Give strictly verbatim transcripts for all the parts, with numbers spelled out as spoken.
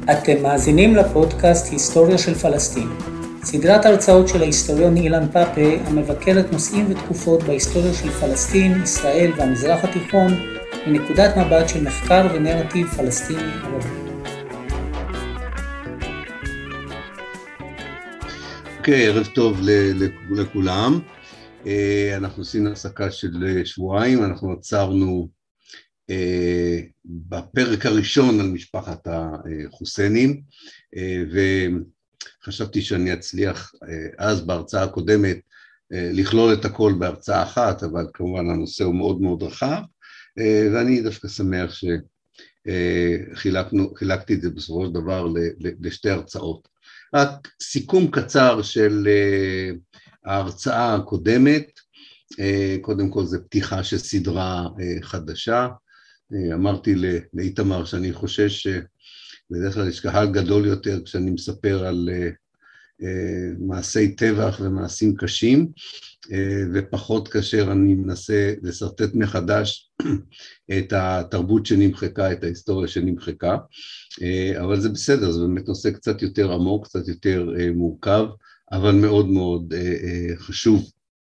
אתם מאזינים לפודקאסט היסטוריה של פלסטין, סדרת הרצאות של ההיסטוריון אילן פאפה המבקרת נושאים ותקופות בהיסטוריה של פלסטין, ישראל והמזרח התיכון מנקודת מבט של מחקר ונרטיב פלסטיני ערבי. אוקיי, ערב טוב לכולם. אנחנו עשינו הפסקה של שבועיים, אנחנו עצרנו בפרק הראשון על משפחת החוסיינים, וחשבתי שאני אצליח אז בהרצאה הקודמת לכלול את הכל בהרצאה אחת, אבל כמובן הנושא הוא מאוד מאוד רחב, ואני דווקא שמח שחילקתי את זה בסופו של דבר לשתי הרצאות. רק סיכום קצר של ההרצאה הקודמת. קודם כל זה פתיחה של סדרה חדשה. אמרתי לאיתמר שאני חושש שבדרך כלל יש קהל גדול יותר כשאני מספר על מעשי טבח ומעשים קשים, ופחות כאשר אני מנסה לסרטט מחדש את התרבות שנמחקה, את ההיסטוריה שנמחקה, אבל זה בסדר, זה באמת נושא קצת יותר עמוק, קצת יותר מורכב, אבל מאוד מאוד חשוב.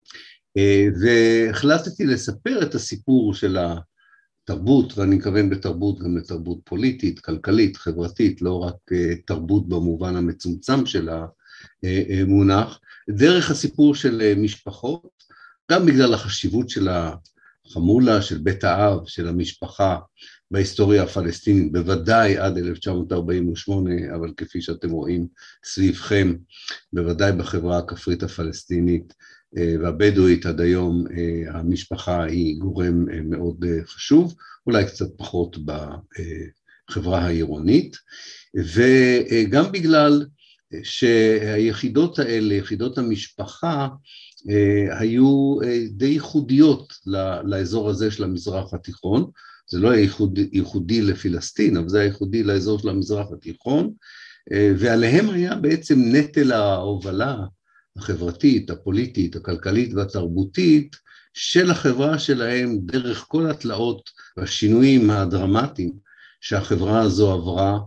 והחלטתי לספר את הסיפור של התרבות, ואני מכוון בתרבות גם לתרבות פוליטית, כלכלית, חברתית, לא רק תרבות במובן המצומצם של המונח, דרך הסיפור של משפחות, גם בגלל החשיבות של החמולה, של בית האב, של המשפחה בהיסטוריה הפלסטינית, בוודאי עד אלף תשע מאות ארבעים ושמונה, אבל כפי שאתם רואים סביבכם, בוודאי בחברה הכפרית הפלסטינית והבדואית עד היום, המשפחה היא גורם מאוד חשוב, אולי קצת פחות בחברה העירונית, וגם בגלל שהיחידות האלה, יחידות המשפחה, היו די ייחודיות לאזור הזה של המזרח התיכון. זה לא היה ייחודי, ייחודי לפלסטין, אבל זה היה ייחודי לאזור של המזרח התיכון, ועליהם היה בעצם נטל ההובלה החברתית, הפוליטית, הכלכלית והתרבותית של החברה שלהם, דרך כל התלאות והשינויים הדרמטיים שהחברה הזו עברה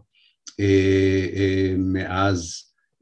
מאז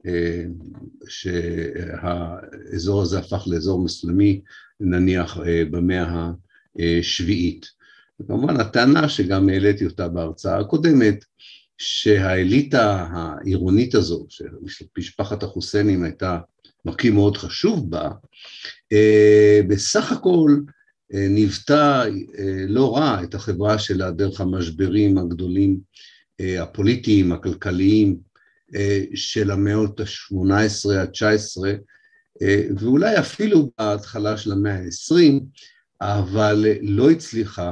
שהאזור הזה הפך לאזור מוסלמי, נניח במאה השביעית. וכמובן הטענה שגם העליתי אותה בהרצאה הקודמת, שהאליטה העירונית הזו, שמשפחת החוסיינים הייתה מרכיב מאוד חשוב בה, בסך הכל ניבטה לא רע את החברה שלה דרך המשברים הגדולים, הפוליטיים, הכלכליים, של המאות ה-שמונה עשרה עד תשע עשרה, ואולי אפילו בהתחלה של המאה ה-עשרים, אבל לא הצליחה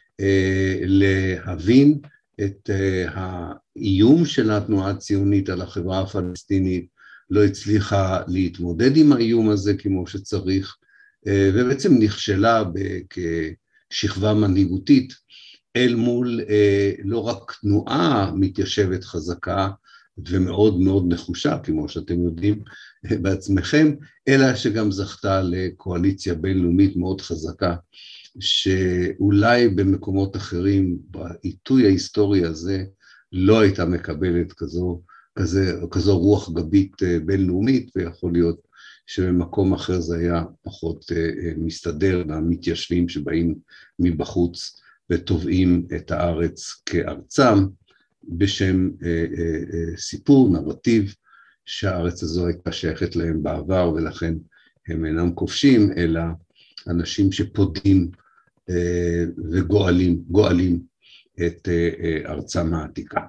להבין את האיום של התנועה הציונית על החברה הפלסטינית, לא הצליחה להתמודד עם האיום הזה כמו שצריך, ובעצם נכשלה כשכבה מנהיגותית אל מול לא רק תנועה מתיישבת חזקה ומאוד מאוד נחושה, כמו שאתם יודעים בעצמכם, אלא שגם זכתה לקואליציה בינלאומית מאוד חזקה, שאולי במקומות אחרים, בעיתוי ההיסטורי הזה, לא הייתה מקבלת כזו, כזה, כזו רוח גבית בינלאומית, ויכול להיות שבמקום אחר זה היה פחות מסתדר למתיישבים שבאים מבחוץ ותובעים את הארץ כארצם, בשם סיפור, נרטיב, שהארץ הזו הייתה שייכת להם בעבר, ולכן הם אינם כובשים, אלא אנשים שפודים וגואלים, גואלים את ארצם העתיקה.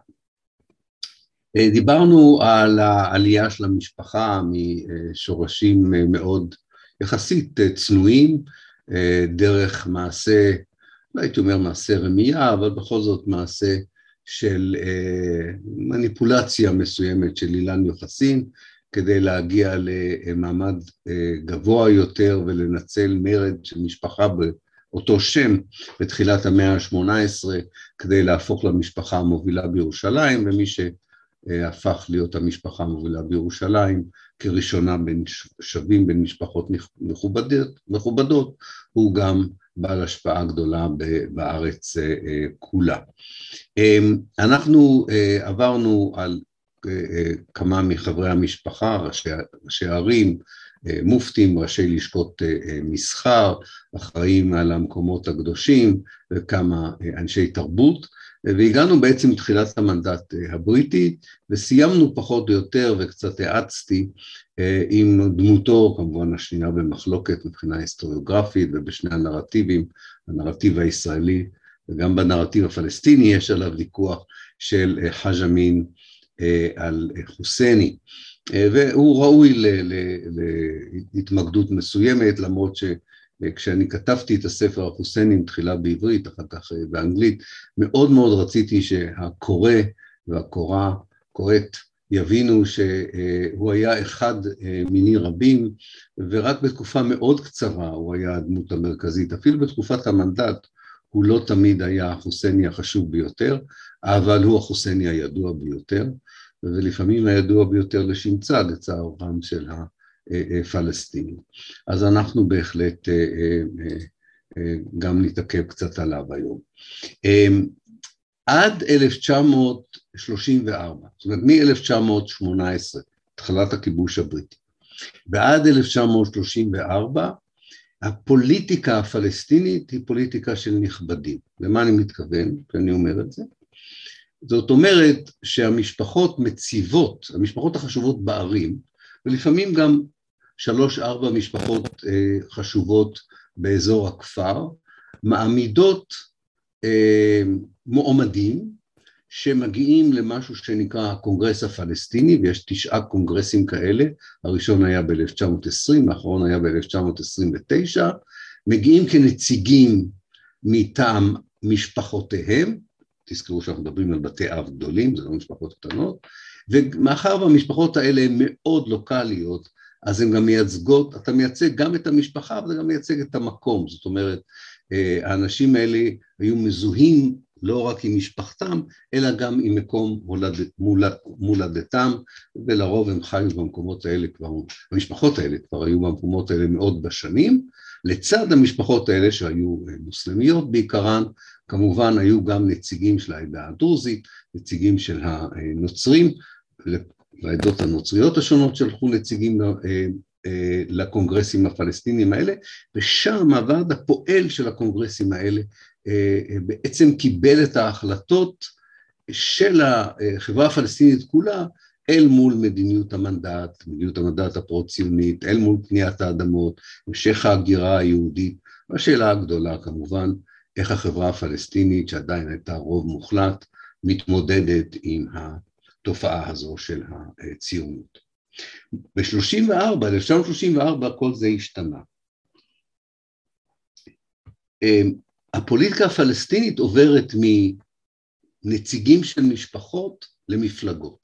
דיברנו על העלייה של המשפחה משורשים מאוד יחסית צנועים, דרך מעשה, לא הייתי אומר מעשה רמייה, אבל בכל זאת מעשה של מניפולציה מסוימת של אילן יוחסין, כדי להגיע למעמד גבוה יותר ולנצל מרד של משפחה באותו שם בתחילת המאה ה-שמונה עשרה, כדי להפוך למשפחה המובילה בירושלים, ומי שהפך להיות המשפחה המובילה בירושלים כראשונה בין שווים בין משפחות מכובדות, מכובדות, הוא גם בעל השפעה גדולה בארץ כולה. אנחנו עברנו על כמה מחברי המשפחה, ראשי, ראשי ערים, מופתים, ראשי לשכות מסחר, אחראים על המקומות הקדושים, וכמה אנשי תרבות, והגענו בעצם תחילת המנדט הבריטי, וסיימנו פחות או יותר, וקצת האצתי, עם דמותו, כמובן השנייה במחלוקת מבחינה היסטוריוגרפית, ובשני הנרטיבים, הנרטיב הישראלי, וגם בנרטיב הפלסטיני יש עליו ויכוח של חאג' אמין על חוסייני, והוא ראוי להתמקדות מסוימת, למרות שכשאני כתבתי את הספר החוסיינים, תחילה בעברית, אחר כך באנגלית, מאוד מאוד רציתי שהקורא והקורא, קוראת, יבינו שהוא היה אחד מיני רבים, ורק בתקופה מאוד קצרה הוא היה הדמות המרכזית, אפילו בתקופת המנדט, הוא לא תמיד היה החוסייני החשוב ביותר, אבל הוא החוסייני הידוע ביותר, ולפעמים הידוע ביותר לשמצה, לצערם של הפלסטינים. אז אנחנו בהחלט גם נתעכב קצת עליו היום. עד אלף תשע מאות שלושים וארבע, זאת אומרת מ-אלף תשע מאות שמונה עשרה, התחלת הכיבוש הבריטי, ועד אלף תשע מאות שלושים וארבע, הפוליטיקה הפלסטינית היא פוליטיקה של נכבדים. למה אני מתכוון כשאני אומר את זה? זאת אומרת שהמשפחות מציבות, המשפחות החשובות בערים, ולפעמים גם שלוש ארבע משפחות אה, חשובות באזור הכפר, מעמידות אה, מועמדים שמגיעים למשהו שנקרא הקונגרס הפלסטיני, ויש תשעה קונגרסים כאלה, הראשון היה ב-אלף תשע מאות עשרים, האחרון היה ב-אלף תשע מאות עשרים ותשע, מגיעים כנציגים מטעם משפחותיהם, תזכרו שאנחנו מדברים על בתי אב גדולים, זה לא משפחות קטנות, ומאחר והמשפחות האלה הן מאוד לוקליות, אז הן גם מייצגות, אתה מייצג גם את המשפחה, אבל גם מייצג את המקום, זאת אומרת, האנשים האלה היו מזוהים לא רק עם משפחתם, אלא גם עם מקום מולד, מולד, מולדתם, ולרוב הם חיו במקומות האלה כבר, המשפחות האלה כבר היו במקומות האלה מאוד בשנים, לצד המשפחות האלה שהיו מוסלמיות בעיקרן, כמובן היו גם נציגים של העדה הדרוזית, נציגים של הנוצרים, לעדות הנוצריות השונות שלחו נציגים לקונגרסים הפלסטינים האלה, ושם הוועד הפועל של הקונגרסים האלה בעצם קיבל את ההחלטות של החברה הפלסטינית כולה, אל מול מדיניות המנדט, מדיניות המנדט הפרו-ציונית, אל מול פניית האדמות, המשך ההגירה היהודית, והשאלה הגדולה כמובן, איך החברה הפלסטינית, שעדיין הייתה רוב מוחלט, מתמודדת עם התופעה הזו של הציונות. ב-שלושים וארבע, אלף תשע מאות שלושים וארבע, כל זה השתנה. הפוליטיקה הפלסטינית עוברת מנציגים של משפחות למפלגות.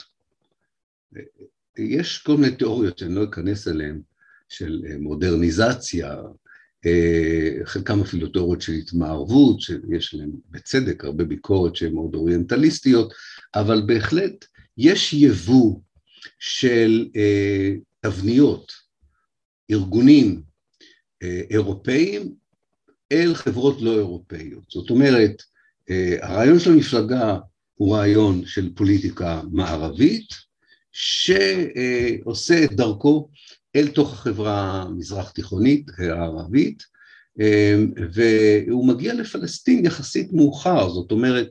יש כל מיני תיאוריות שאני לא אכנס אליהן, של מודרניזציה, חלקם אפילו תיאוריות של התמערבות, שיש להם בצדק הרבה ביקורת שהן מאוד אוריינטליסטיות, אבל בהחלט יש יבוא של תבניות, ארגונים אירופאים, אל חברות לא אירופאיות. זאת אומרת, הרעיון של המפלגה הוא רעיון של פוליטיקה מערבית, שעושה את דרכו אל תוך החברה המזרח תיכונית הערבית, והוא מגיע לפלסטין יחסית מאוחר, זאת אומרת,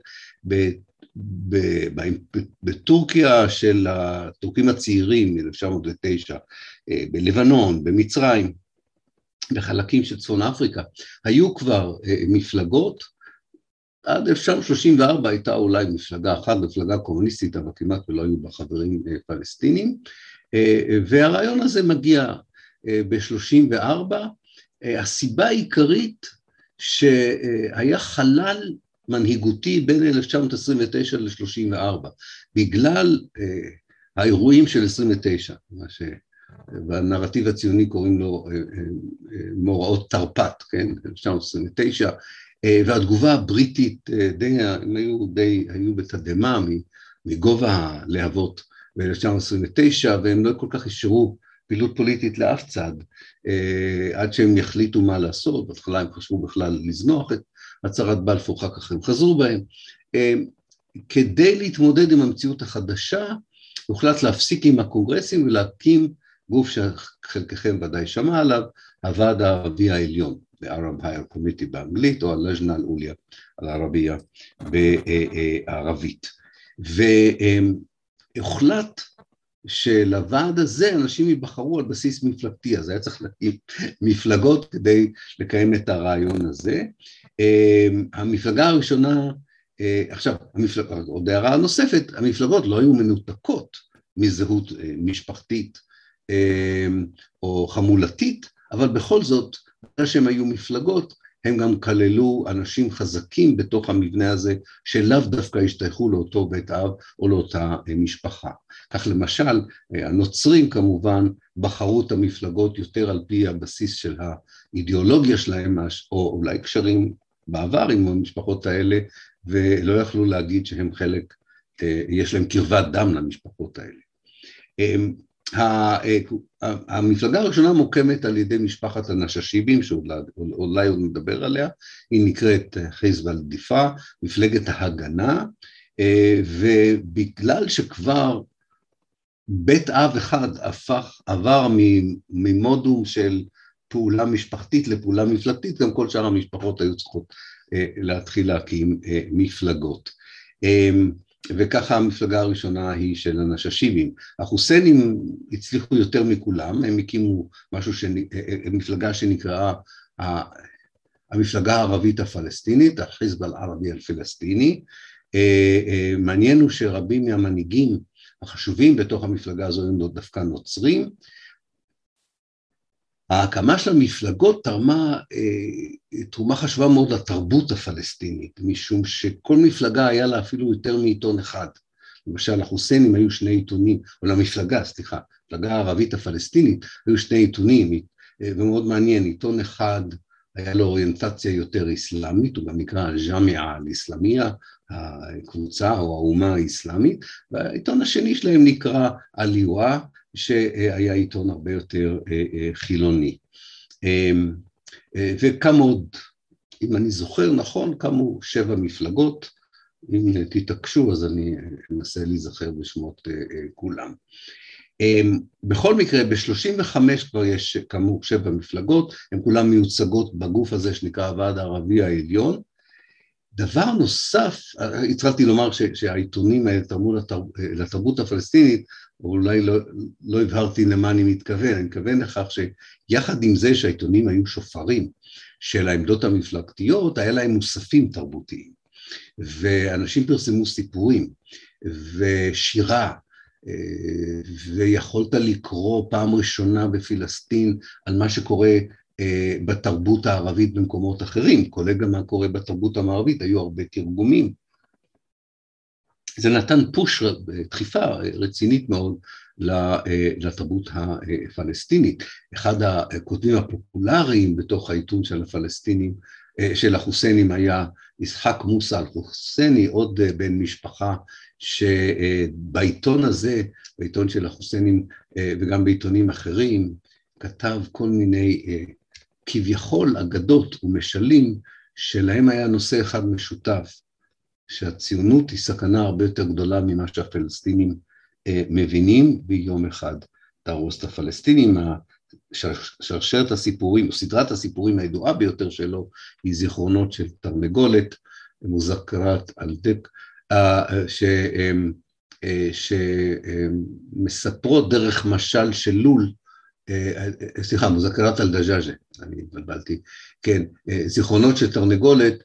בטורקיה של הטורקים הצעירים, מ-אלף תשע מאות ותשע, בלבנון, במצרים, בחלקים של צפון אפריקה, היו כבר מפלגות, עד אלף תשע מאות שלושים וארבע הייתה אולי מפלגה אחת, מפלגה קומוניסטית, אבל כמעט ולא היו בה חברים פלסטינים, והרעיון הזה מגיע ב-שלושים וארבע, הסיבה העיקרית שהיה חלל מנהיגותי בין אלף תשע מאות עשרים ותשע ל-שלושים וארבע, בגלל האירועים של עשרים ותשע, מה שבנרטיב הציוני קוראים לו מאורעות תרפ"ט, כן, אלף תשע מאות עשרים ותשע, והתגובה הבריטית די, הם היו די, היו בתדהמה מגובה הלהבות ב-אלף תשע מאות עשרים ותשע, והם לא כל כך אישרו פעילות פוליטית לאף צד, עד שהם יחליטו מה לעשות. בהתחלה הם חשבו בכלל לזנוח את הצהרת בלפור, אחר כך הם חזרו בהם. כדי להתמודד עם המציאות החדשה, הוחלט להפסיק עם הקונגרסים ולהקים גוף שחלקכם ודאי שמע עליו, הוועד הערבי העליון, ב-Arab Higher Committee באנגלית, או הלג'נה אל-עוליה על-ערבייה בערבית. והוחלט שלוועד הזה אנשים ייבחרו על בסיס מפלגתי, אז היה צריך להקים מפלגות כדי לקיים את הרעיון הזה. המפלגה הראשונה, עכשיו, המפלגה, עוד הערה נוספת, המפלגות לא היו מנותקות מזהות משפחתית או חמולתית, אבל בכל זאת, בגלל שהם היו מפלגות, הם גם כללו אנשים חזקים בתוך המבנה הזה, שלאו דווקא השתייכו לאותו בית אב או לאותה משפחה. כך למשל, הנוצרים כמובן בחרו את המפלגות יותר על פי הבסיס של האידיאולוגיה שלהם, או אולי קשרים בעבר עם המשפחות האלה, ולא יכלו להגיד שהם חלק, יש להם קרבת דם למשפחות האלה. המפלגה הראשונה מוקמת על ידי משפחת הנששיבים, שאולי עוד נדבר עליה, היא נקראת חיזב אל-דיפע, מפלגת ההגנה, ובגלל שכבר בית אב אחד הפך, עבר ממודום של פעולה משפחתית לפעולה מפלגתית, גם כל שאר המשפחות היו צריכות להתחיל להקים מפלגות. וככה המפלגה הראשונה היא של הנששיבים. החוסיינים הצליחו יותר מכולם, הם הקימו משהו, שני, מפלגה שנקראה המפלגה הערבית הפלסטינית, החיזב אל-ערבי הפלסטיני. מעניין הוא שרבים מהמנהיגים החשובים בתוך המפלגה הזו הם דווקא נוצרים. ההקמה של המפלגות תרמה, תרומה חשובה מאוד לתרבות הפלסטינית, משום שכל מפלגה היה לה אפילו יותר מעיתון אחד. למשל, החוסיינים היו שני עיתונים, או למפלגה, סליחה, מפלגה הערבית הפלסטינית, היו שני עיתונים, ומאוד מעניין, עיתון אחד היה לו אוריינטציה יותר איסלאמית, הוא גם נקרא ג'אמיעה אל-איסלאמיה, הקבוצה או האומה האסלאמית, והעיתון השני שלהם נקרא אל-ליוואה, שהיה עיתון הרבה יותר חילוני. וכמה עוד, אם אני זוכר נכון, קמו שבע מפלגות, אם תתעקשו אז אני אנסה להיזכר בשמות כולם. בכל מקרה, ב-שלושים וחמש כבר יש כאמור שבע מפלגות, הן כולן מיוצגות בגוף הזה שנקרא הוועד הערבי העליון. דבר נוסף, התחלתי לומר שהעיתונים האלה תרמו לתרבות הפלסטינית, אולי לא, לא הבהרתי למה אני מתכוון, אני מתכוון לכך שיחד עם זה שהעיתונים היו שופרים של העמדות המפלגתיות, היה להם מוספים תרבותיים, ואנשים פרסמו סיפורים ושירה, ויכולת לקרוא פעם ראשונה בפלסטין על מה שקורה בתרבות הערבית במקומות אחרים, כולל גם מה קורה בתרבות המערבית, היו הרבה תרגומים. זה נתן פוש, דחיפה רצינית מאוד לתרבות הפלסטינית. אחד הכותבים הפופולריים בתוך העיתון של הפלסטינים, של החוסיינים היה יצחק מוסא אל-חוסייני, עוד בן משפחה שבעיתון הזה, בעיתון של החוסיינים וגם בעיתונים אחרים, כתב כל מיני כביכול אגדות ומשלים שלהם היה נושא אחד משותף, שהציונות היא סכנה הרבה יותר גדולה ממה שהפלסטינים מבינים, ביום אחד תהרוס את הפלסטינים. שרשרת הסיפורים, או סדרת הסיפורים הידועה ביותר שלו, היא זיכרונות של תרנגולת, מוזכרת על דק, שמספרות דרך משל של לול, סליחה, מוזכרת על דז'אז'ה, אני התבלבלתי, כן, זיכרונות של תרנגולת,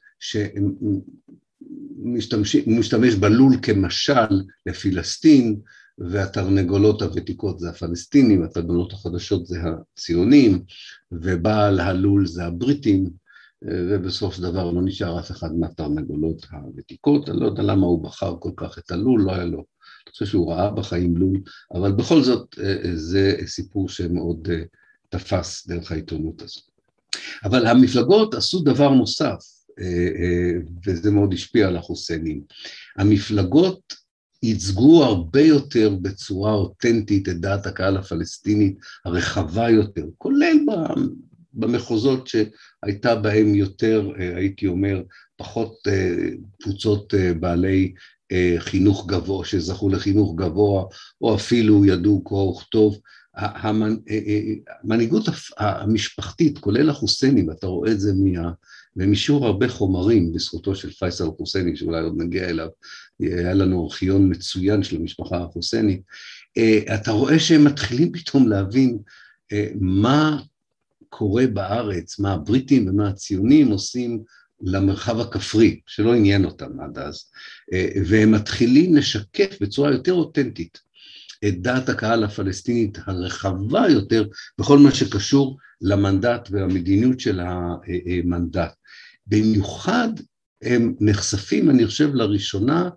שמשתמש בלול כמשל לפלסטין, והתרנגולות הוותיקות זה הפלסטינים, התרנגולות החדשות זה הציונים, ובעל הלול זה הבריטים, ובסוף של דבר לא נשאר אף אחד מהתרנגולות הוותיקות. אני לא יודע למה הוא בחר כל כך את הלול, לא היה לו, אני חושב שהוא ראה בחיים לול, אבל בכל זאת זה סיפור שמאוד תפס דרך העיתונות הזאת. אבל המפלגות עשו דבר נוסף, וזה מאוד השפיע על החוסיינים. המפלגות ייצגו הרבה יותר בצורה אותנטית את דעת הקהל הפלסטינית הרחבה יותר, כולל במחוזות שהייתה בהם יותר, הייתי אומר, פחות קבוצות בעלי חינוך גבוה, שזכו לחינוך גבוה, או אפילו ידעו קרוא וכתוב. המנהיגות המשפחתית, כולל החוסייני, ואתה רואה את זה מה... ומשאיר הרבה חומרים בזכותו של פייסל חוסייני, שאולי עוד נגיע אליו, היה לנו ארכיון מצוין של המשפחה החוסיינית, אתה רואה שהם מתחילים פתאום להבין מה קורה בארץ, מה הבריטים ומה הציונים עושים למרחב הכפרי, שלא עניין אותם עד אז, והם מתחילים לשקף בצורה יותר אותנטית את דעת הקהל הפלסטינית הרחבה יותר, בכל מה שקשור למנדט והמדיניות של המנדט. במיוחד הם נחשפים, אני חושב, לראשונה,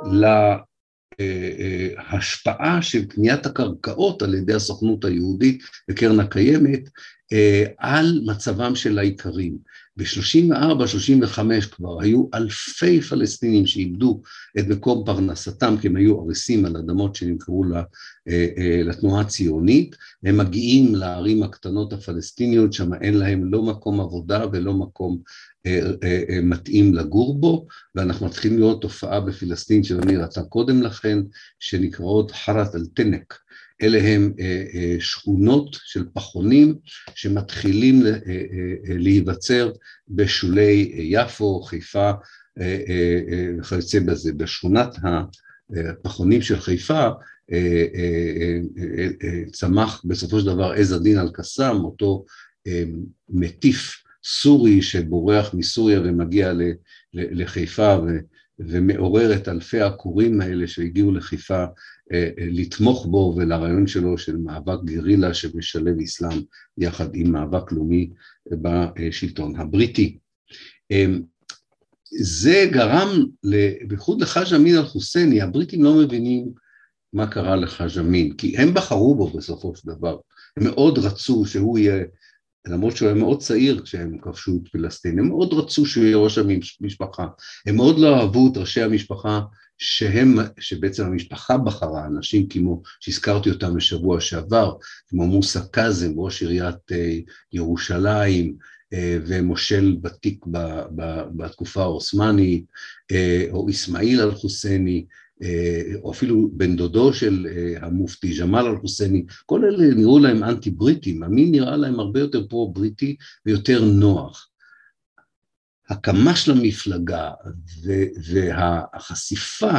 להשפעה של קניית הקרקעות על ידי הסוכנות היהודית וקרן הקיימת, על מצבם של האיכרים. ב-שלושים וארבע שלושים וחמש כבר היו אלפי פלסטינים שאיבדו את מקום פרנסתם, כי הם היו ארסים על אדמות שנמכרו לתנועה הציונית, הם מגיעים לערים הקטנות הפלסטיניות, שם אין להם לא מקום עבודה ולא מקום מתאים לגור בו, ואנחנו מתחילים לראות תופעה בפלסטין שאני ראתה קודם לכן, שנקראות חרת אל-תנק, אלה הם שכונות של פחונים שמתחילים להיווצר בשולי יפו, חיפה, וכיוצא בזה. בשכונת הפחונים של חיפה צמח בסופו של דבר עז א-דין אל-קסאם, אותו מטיף סורי שבורח מסוריה ומגיע לחיפה ומעורר את אלפי העקורים האלה שהגיעו לחיפה לתמוך בו, ולרעיון שלו של מאבק גרילה שמשלב אסלאם יחד עם מאבק לאומי בשלטון הבריטי. זה גרם, בייחוד לחאג' אמין אל-חוסייני, הבריטים לא מבינים מה קרה לחאג' אמין, כי הם בחרו בו בסופו של דבר, הם מאוד רצו שהוא יהיה, למרות שהוא היה מאוד צעיר כשהם כבשו את פלסטין, הם מאוד רצו שהוא יהיה ראש המשפחה, הם מאוד לא אהבו את ראשי המשפחה, שהם, שבעצם המשפחה בחרה, אנשים כמו שהזכרתי אותם בשבוע שעבר, כמו מוסא קאזם, ראש עיריית ירושלים, ומושל ותיק בתקופה העות'מאנית, או אסמאעיל אל-חוסייני, או אפילו בן דודו של המופתי ג'מאל אל-חוסייני, כל אלה נראו להם אנטי בריטים, אמין נראה להם הרבה יותר פרו בריטי ויותר נוח. הקמה של המפלגה והחשיפה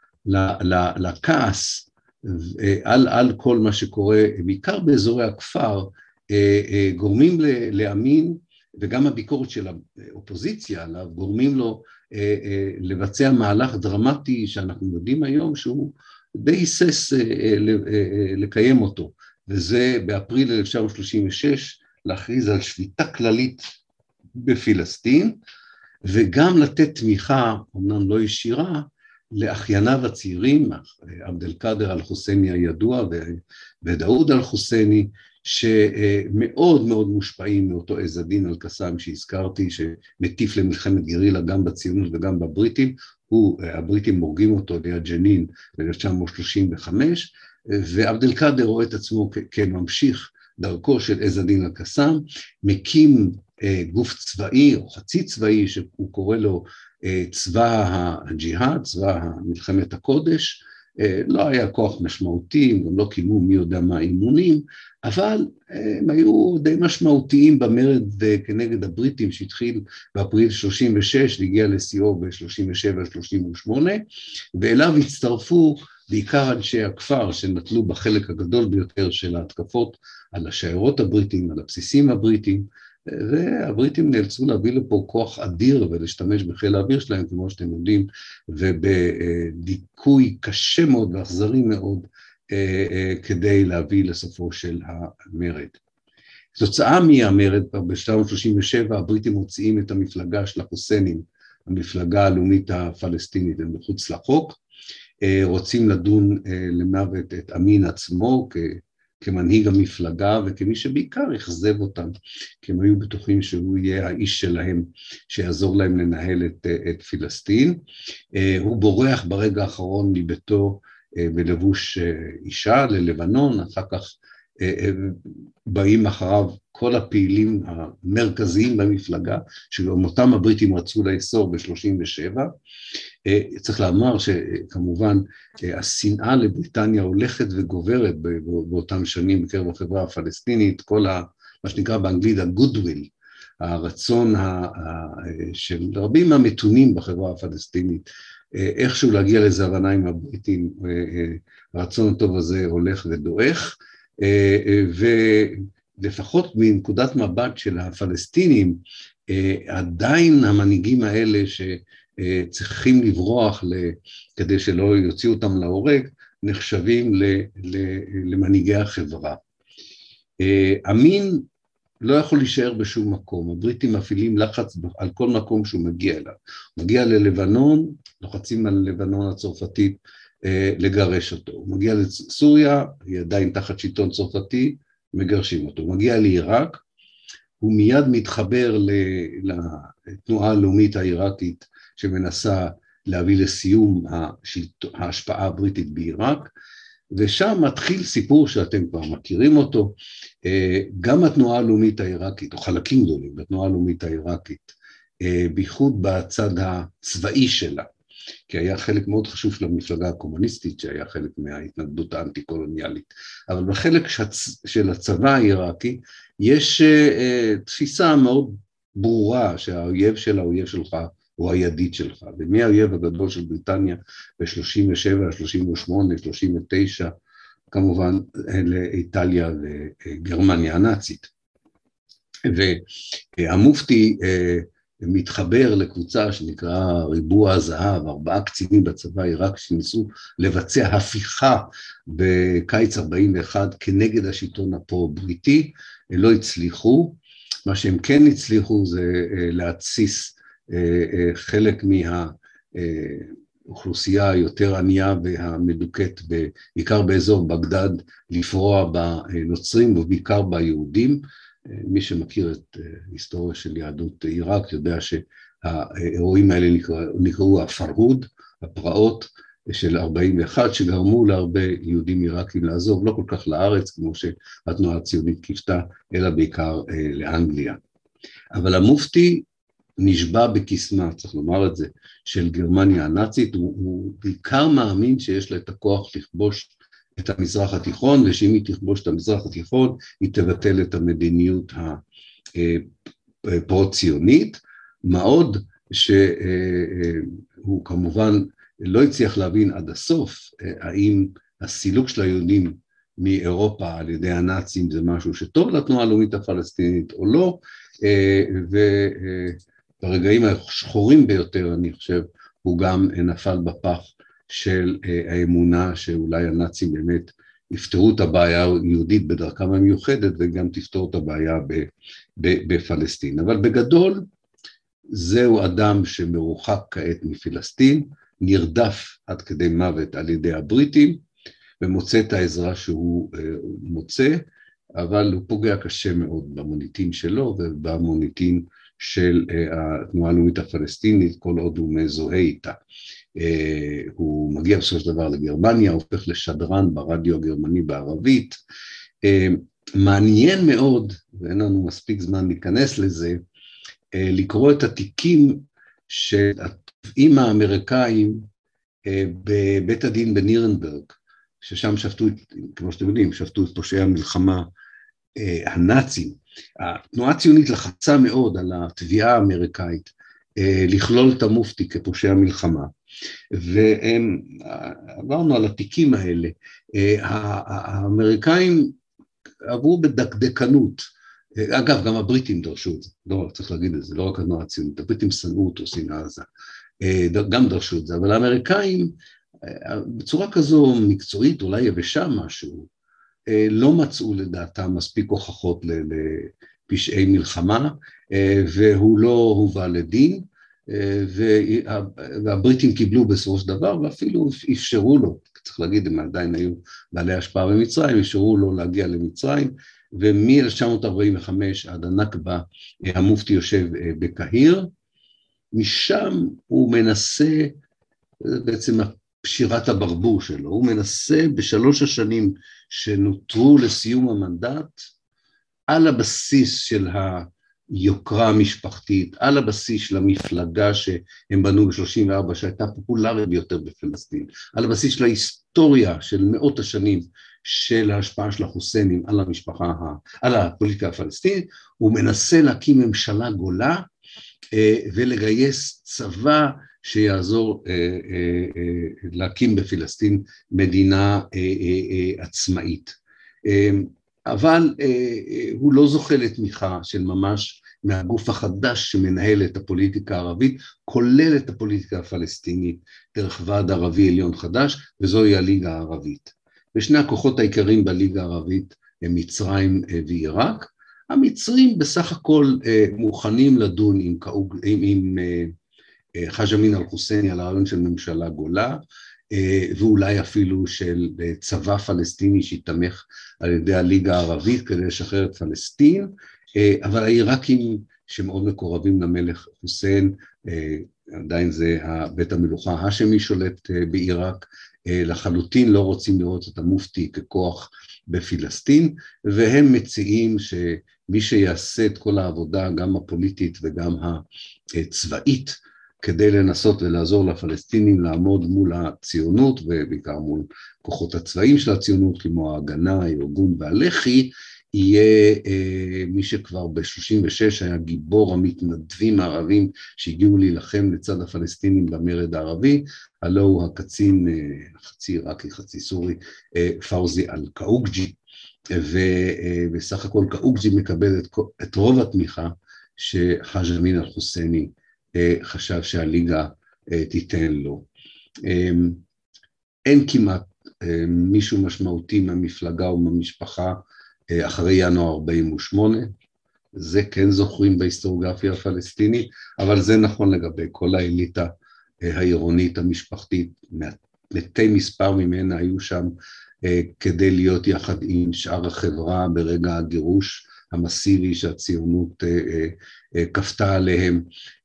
לכעס על, על כל מה שקורה, בעיקר באזורי הכפר, גורמים לאמין, וגם הביקורת של האופוזיציה עליו, גורמים לו לבצע מהלך דרמטי שאנחנו יודעים היום שהוא די היסס לקיים אותו, וזה באפריל אלף תשע מאות שלושים ושש להכריז על שביתה כללית בפלסטין, וגם לתת תמיכה, אמנם לא ישירה, לאחייניו הצעירים, עבד אל-קאדר אל-חוסייני הידוע ודאוד אל-חוסייני, שמאוד מאוד מושפעים מאותו עז א-דין אל-קסאם שהזכרתי, שמטיף למלחמת גרילה גם בציונות וגם בבריטים, הוא, הבריטים מורגים אותו ליד ג'נין ב-אלף תשע מאות שלושים וחמש, ועבד אל-קאדר רואה את עצמו כממשיך דרכו של עז א-דין אל-קסאם, מקים גוף צבאי או חצי צבאי שהוא קורא לו צבא הג'יהאד, צבא מלחמת הקודש, לא היה כוח משמעותי, גם לא קימו מי יודע מה אימונים, אבל הם היו די משמעותיים במרד כנגד הבריטים שהתחיל באפריל שלושים ושש, והגיע לשיאו ב-שלושים ושבע שלושים ושמונה, ואליו הצטרפו בעיקר אנשי הכפר שנטלו בחלק הגדול ביותר של ההתקפות על השיירות הבריטים, על הבסיסים הבריטים, והבריטים נאלצו להביא לפה כוח אדיר ולהשתמש בחיל האוויר שלהם, כמו שאתם יודעים, ובדיכוי קשה מאוד ואכזרי מאוד, כדי להביא לסופו של המרד. תוצאה מהמרד, ב-אלף תשע מאות שלושים ושבע, הבריטים מוציאים את המפלגה של החוסיינים, המפלגה הלאומית הפלסטינית, הם מחוץ לחוק, רוצים לדון למוות את אמין עצמו, כמנהיג המפלגה וכמי שבעיקר יחזב אותם, כי הם היו בטוחים שהוא יהיה האיש שלהם שיעזור להם לנהל את, את פלסטין. הוא בורח ברגע האחרון מביתו בלבוש אישה ללבנון, אחר כך באים אחריו כל הפעילים המרכזיים במפלגה, שגם אותם הבריטים רצו לאסור ב-שלושים ושבע. צריך לומר שכמובן השנאה לבריטניה הולכת וגוברת באותם שנים בקרב החברה הפלסטינית, כל ה, מה שנקרא באנגלית ה-goodwill, הרצון של רבים מהמתונים בחברה הפלסטינית, איכשהו להגיע לאיזו הבנה עם הבריטים, הרצון הטוב הזה הולך ודועך, ולפחות מנקודת מבט של הפלסטינים, עדיין המנהיגים האלה שצריכים לברוח כדי שלא יוציאו אותם להורג, נחשבים למנהיגי החברה. אמין לא יכול להישאר בשום מקום, הבריטים מפעילים לחץ על כל מקום שהוא מגיע אליו. הוא מגיע ללבנון, לוחצים על לבנון הצרפתית לגרש אותו. הוא מגיע לסוריה, היא עדיין תחת שלטון צרפתי, מגרשים אותו. הוא מגיע לעיראק, הוא מיד מתחבר לתנועה הלאומית העיראקית שמנסה להביא לסיום ההשפעה הבריטית בעיראק, ושם מתחיל סיפור שאתם כבר מכירים אותו, גם התנועה הלאומית העיראקית, או חלקים גדולים בתנועה הלאומית העיראקית, בייחוד בצד הצבאי שלה, כי היה חלק מאוד חשוב של המפלגה הקומוניסטית, שהיה חלק מההתנגדות האנטי-קולוניאלית, אבל בחלק של הצבא העיראקי, יש תפיסה מאוד ברורה שהאויב של האויב שלך הוא הידיד שלך, ומי האויב הגדול של בריטניה ב-שלושים ושבע, שלושים ושמונה, שלושים ותשע, כמובן לאיטליה וגרמניה הנאצית. והמופתי מתחבר לקבוצה שנקרא ריבוע הזהב, ארבעה קצינים בצבא העיראק שניסו לבצע הפיכה בקיץ ארבעים ואחת כנגד השלטון הפרו-בריטי, לא הצליחו. מה שהם כן הצליחו זה להתסיס חלק מהאוכלוסייה היותר ענייה והמדוכאת, בעיקר באזור בגדד, לפרוע בנוצרים ובעיקר ביהודים. מי שמכיר את היסטוריה של יהדות עיראק יודע שהאירועים האלה נקראו, נקראו הפרהוד, הפרעות של ארבעים ואחת, שגרמו להרבה יהודים עיראקים לעזוב, לא כל כך לארץ כמו שהתנועה הציונית קיוותה, אלא בעיקר לאנגליה. אבל המופתי נשבע בקסמה, צריך לומר את זה, של גרמניה הנאצית, הוא, הוא בעיקר מאמין שיש לה את הכוח לכבוש את המזרח התיכון, ושאם היא תכבוש את המזרח התיכון, היא תבטל את המדיניות הפרו-ציונית, מה עוד שהוא כמובן לא הצליח להבין עד הסוף, האם הסילוק של היהודים מאירופה על ידי הנאצים זה משהו שטוב לתנועה הלאומית הפלסטינית או לא, וברגעים השחורים ביותר אני חושב, הוא גם נפל בפח של האמונה שאולי הנאצים באמת יפתרו את הבעיה היהודית בדרכם המיוחדת וגם תפתור את הבעיה בפלסטין. אבל בגדול זהו אדם שמרוחק כעת מפלסטין, נרדף עד כדי מוות על ידי הבריטים ומוצא את העזרה שהוא מוצא, אבל הוא פוגע קשה מאוד במוניטין שלו ובמוניטין של התנועה הלאומית הפלסטינית כל עוד הוא מזוהה איתה. הוא מגיע בסופו של דבר לגרמניה, הופך לשדרן ברדיו הגרמני בערבית. מעניין מאוד, ואין לנו מספיק זמן להיכנס לזה, לקרוא את התיקים של התובעים האמריקאים בבית הדין בנירנברג, ששם שפטו, כמו שאתם יודעים, שפטו את פושעי המלחמה הנאצים. התנועה הציונית לחצה מאוד על התביעה האמריקאית לכלול את המופתי כפושע מלחמה, ועברנו על התיקים האלה. האמריקאים עברו בדקדקנות, אגב גם הבריטים דרשו את זה, לא צריך להגיד את זה, לא רק התנועה הציונית, הבריטים שנאו אותו שנאה עזה, גם דרשו את זה, אבל האמריקאים בצורה כזו מקצועית, אולי יבשה משהו, לא מצאו לדעתם מספיק הוכחות לפשעי מלחמה, והוא לא הובא לדין, והבריטים קיבלו בסופו של דבר, ואפילו אפשרו לו צריך להגיד, הם עדיין היו בעלי השפעה במצרים, אפשרו לו להגיע למצרים, ומ-אלף תשע מאות ארבעים וחמש עד הנכבה, המופתי יושב בקהיר, משם הוא מנסה, בעצם שירת הברבור שלו, הוא מנסה בשלוש השנים שנותרו לסיום המנדט, על הבסיס של היוקרה המשפחתית, על הבסיס של המפלגה שהם בנו ב-שלושים וארבע, שהייתה פופולרית ביותר בפלסטין, על הבסיס של ההיסטוריה של מאות השנים של ההשפעה של החוסיינים על המשפחה, על הפוליטיקה הפלסטינית, הוא מנסה להקים ממשלה גולה, ולגייס צבא שיעזור להקים בפלסטין מדינה עצמאית. אבל הוא לא זוכה לתמיכה של ממש מהגוף החדש שמנהל את הפוליטיקה הערבית, כולל את הפוליטיקה הפלסטינית, דרך ועד ערבי עליון חדש, וזוהי הליגה הערבית. ושני הכוחות העיקריים בליגה הערבית הם מצרים ועיראק. המצרים בסך הכל מוכנים לדון עם, עם, עם חאג' אמין אל-חוסייני על הרעיון של ממשלה גולה, ואולי אפילו של צבא פלסטיני שיתמך על ידי הליגה הערבית כדי לשחרר את פלסטין, אבל העיראקים שמאוד מקורבים למלך חוסיין, עדיין זה בית המלוכה האשמי שולט בעיראק, לחלוטין לא רוצים לראות את המופתי ככוח בפלסטין, והם מציעים שמי שיעשה את כל העבודה, גם הפוליטית וגם הצבאית, כדי לנסות ולעזור לפלסטינים לעמוד מול הציונות, ובעיקר מול כוחות הצבאים של הציונות, כמו ההגנה, הארגון והלח"י, יהיה אה, מי שכבר ב-שלושים ושש היה גיבור המתנדבים הערבים שהגיעו להילחם לצד הפלסטינים במרד הערבי, הלא הוא הקצין, אה, חצי עיראקי, חצי סורי, אה, פאוזי אל-קאוקג'י, ובסך הכל קאוקג'י מקבל את, את רוב התמיכה שחאג' אמין אל-חוסייני אה, חשב שהליגה אה, תיתן לו. אה, אין כמעט אה, מישהו משמעותי מהמפלגה או מהמשפחה, אחרי ינואר ארבעים ושמונה, זה כן זוכרים בהיסטוריוגרפיה הפלסטינית, אבל זה נכון לגבי כל האליטה העירונית המשפחתית, מתי מספר ממנה היו שם כדי להיות יחד עם שאר החברה ברגע הגירוש המסיבי שהציונות כפתה עליהם,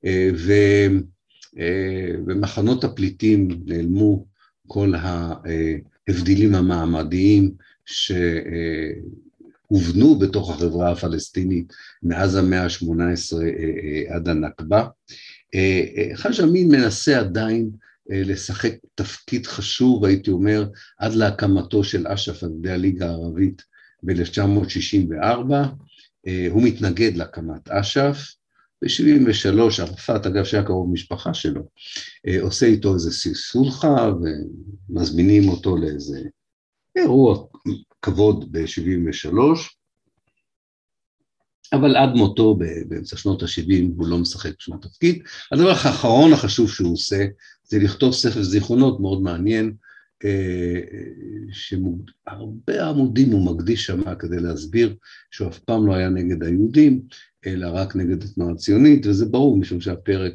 ומחנות הפליטים נעלמו כל ההבדלים המעמדיים ש... הובנו בתוך החברה הפלסטינית מאז המאה ה-שמונה עשרה עד הנכבה. חאג' אמין מנסה עדיין לשחק תפקיד חשוב, הייתי אומר, עד להקמתו של אש"ף על ידי הליגה הערבית ב-אלף תשע מאות שישים וארבע, הוא מתנגד להקמת אש"ף, ב-שבעים ושלוש ערפאת, אגב שהיה קרוב משפחה שלו, עושה איתו איזה סולחה ומזמינים אותו לאיזה אירוע כבוד ב-שבעים ושלוש, אבל עד מותו באמצע שנות ה-שבעים הוא לא משחק שום תפקיד. הדבר האחרון החשוב שהוא עושה זה לכתוב ספר זיכרונות מאוד מעניין, שהרבה עמודים הוא מקדיש שמה כדי להסביר שהוא אף פעם לא היה נגד היהודים, אלא רק נגד התנועה הציונית, וזה ברור משום שהפרק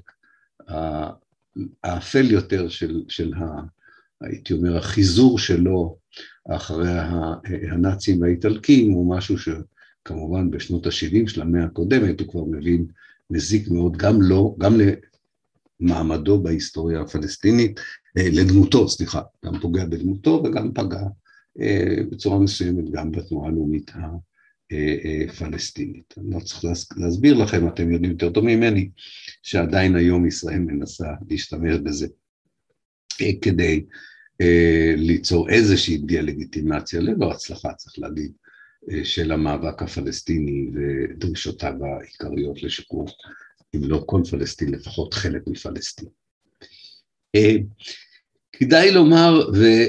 האפל יותר של, של ה, הייתי אומר, החיזור שלו אחרי הנאצים והאיטלקים, הוא משהו שכמובן בשנות ה-שבעים של המאה הקודמת, הוא כבר מבין מזיק מאוד, גם לא, גם למעמדו בהיסטוריה הפלסטינית, לדמותו, סליחה, גם פוגע בדמותו וגם פגע בצורה מסוימת גם בתנועה הלאומית הפלסטינית. אני לא צריך להסביר לכם, אתם יודעים יותר טוב ממני, שעדיין היום ישראל מנסה להשתמש בזה כדי ליצור איזושהי דה-לגיטימציה, ללא הצלחה צריך להגיד, של המאבק הפלסטיני ודרישותיו העיקריות לשחרור, אם לא כל פלסטין, לפחות חלק מפלסטין. כדאי לומר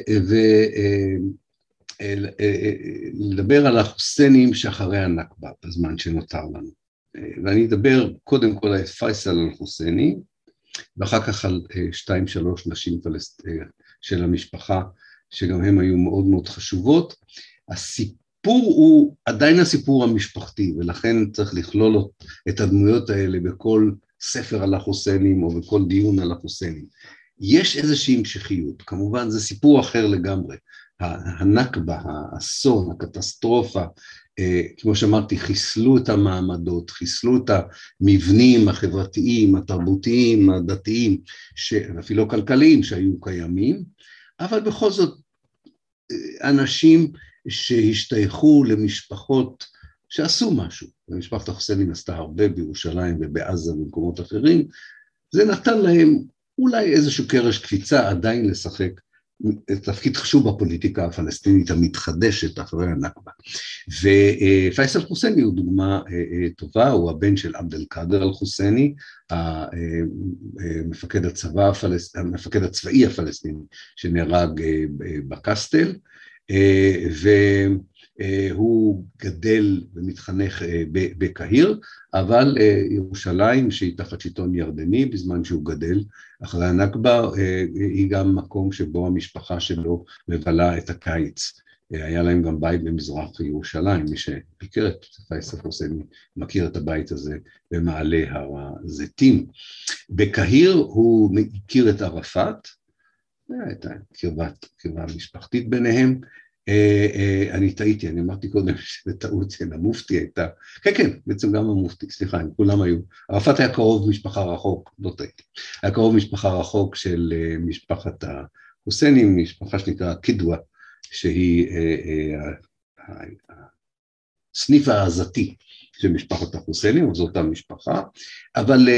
ולדבר על החוסיינים שאחרי הנכבה, בזמן שנותר לנו. ואני אדבר קודם כל על פייסל אל-חוסייני, ואחר כך על שתיים שלוש נשים פלסטיניות, של המשפחה, שגם הם היו מאוד מאוד חשובות. הסיפור הוא עדיין הסיפור המשפחתי, ולכן צריך לכלול את הדמויות האלה בכל ספר על החוסיינים, או בכל דיון על החוסיינים. יש איזושהי המשכיות, כמובן זה סיפור אחר לגמרי, הנכבה, האסון, הקטסטרופה, כמו שאמרתי, חיסלו את המעמדות, חיסלו את המבנים החברתיים, התרבותיים, הדתיים, אפילו הכלכליים שהיו קיימים, אבל בכל זאת אנשים שהשתייכו למשפחות שעשו משהו, ומשפחת החוסיינים עשתה הרבה בירושלים ובעזה ובמקומות אחרים, זה נתן להם אולי איזשהו קרש קפיצה עדיין לשחק תפקיד חשוב בפוליטיקה הפלסטינית המתחדשת אחרי הנכבה. ופייסל חוסייני הוא דוגמה טובה, הוא הבן של עבד אל-קאדר אל-חוסייני, מפקד הצבא הפלסטיני, המפקד הצבאי הפלסטיני שנהרג בקסטל, והוא גדל ומתחנך בקהיר, אבל ירושלים שהיא תחת שלטון ירדני בזמן שהוא גדל אחרי הנכבה, היא גם מקום שבו המשפחה שלו מבלה את הקיץ. היה להם גם בית במזרח ירושלים, מי שביקר את פייסל חוסייני מכיר את הבית הזה במעלה הר הזיתים. בקהיר הוא מכיר את ערפאת, הייתה קרבה משפחתית ביניהם, אני טעיתי, אני אמרתי קודם שבטעות של המופתי הייתה, כן כן, בעצם גם המופתי, סליחה, הם כולם היו, ערפאת היה קרוב משפחה רחוק, לא טעיתי, היה קרוב משפחה רחוק של משפחת החוסיינים, משפחה שנקרא קידווה, שהיא הסניף העזתי של משפחת החוסיינים, זו אותה משפחה, אבל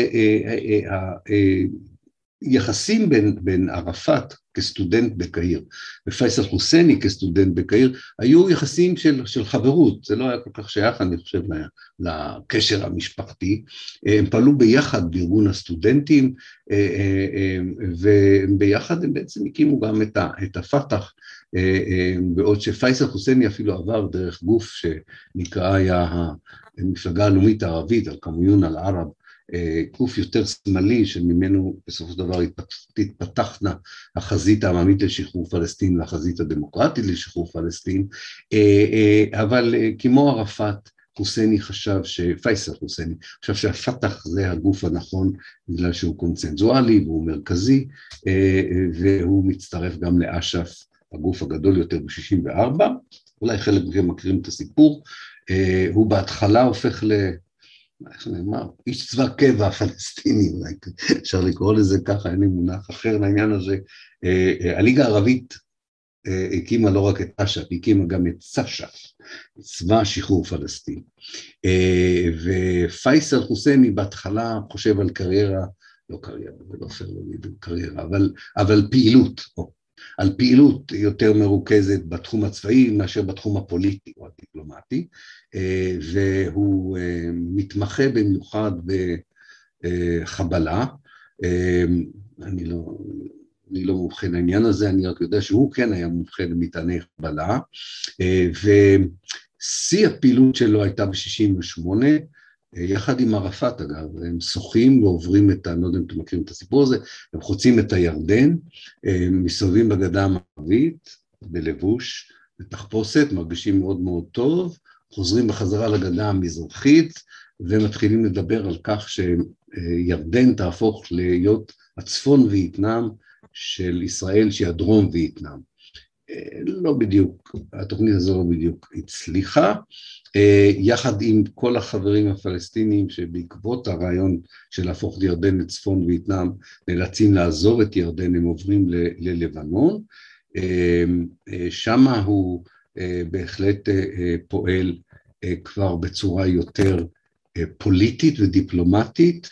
יחסים בין, בין ערפאת כסטודנט בקהיר ופייסל חוסייני כסטודנט בקהיר היו יחסים של, של חברות, זה לא היה כל כך שייך אני חושב לקשר המשפחתי, הם פעלו ביחד בארגון הסטודנטים וביחד הם בעצם הקימו גם את, ה, את הפתח, בעוד שפייסל חוסייני אפילו עבר דרך גוף שנקרא היה המפלגה הלאומית הערבית, אל-קומיון אל-ערב, גוף יותר שמאלי שממנו בסופו של דבר תתפתחנה החזית העממית לשחרור פלסטין והחזית הדמוקרטית לשחרור פלסטין, אבל כמו ערפאת, חוסייני חשב שפייסל חוסייני חשב שהפתח זה הגוף הנכון בגלל שהוא קונצנזואלי והוא מרכזי, והוא מצטרף גם לאש"ף, הגוף הגדול יותר ב-שישים וארבע, אולי חלק מכם מכירים את הסיפור, הוא בהתחלה הופך ל... איך נאמר, איש צבא קבע הפלסטיני, אולי אפשר לקרוא לזה ככה, אין לי מונח אחר לעניין הזה. הליגה הערבית הקימה לא רק את אש"ף, הקימה גם את צש"ף, צבא שחרור פלסטין. ופייסל חוסייני בהתחלה חושב על קריירה, לא קריירה, זה לא פייר להגיד קריירה, אבל, אבל פעילות, או, על פעילות יותר מרוכזת בתחום הצבאי מאשר בתחום הפוליטי או הדיפלומטי, והוא מתמחה במיוחד בחבלה, אני לא, אני לא מומחה לעניין הזה, אני רק יודע שהוא כן היה מומחה למטעני חבלה, ושיא הפעילות שלו הייתה ב-שישים ושמונה, יחד עם ערפאת אגב, הם שוחים ועוברים את, אני לא יודע אם אתם מכירים את הסיפור הזה, הם חוצים את הירדן, מסתובבים בגדה המערבית, בלבוש, בתחפושת, מרגישים מאוד מאוד טוב, חוזרים בחזרה לגדה המזרחית, ומתחילים לדבר על כך שירדן תהפוך להיות הצפון וייטנאם של ישראל, שהיא הדרום וייטנאם. לא בדיוק, התוכנית הזו לא בדיוק הצליחה, יחד עם כל החברים הפלסטינים שבעקבות הרעיון של להפוך את ירדן לצפון וייטנאם, נאלצים לעזוב את ירדן, הם עוברים ללבנון, שמה הוא בהחלט פועל כבר בצורה יותר פוליטית ודיפלומטית,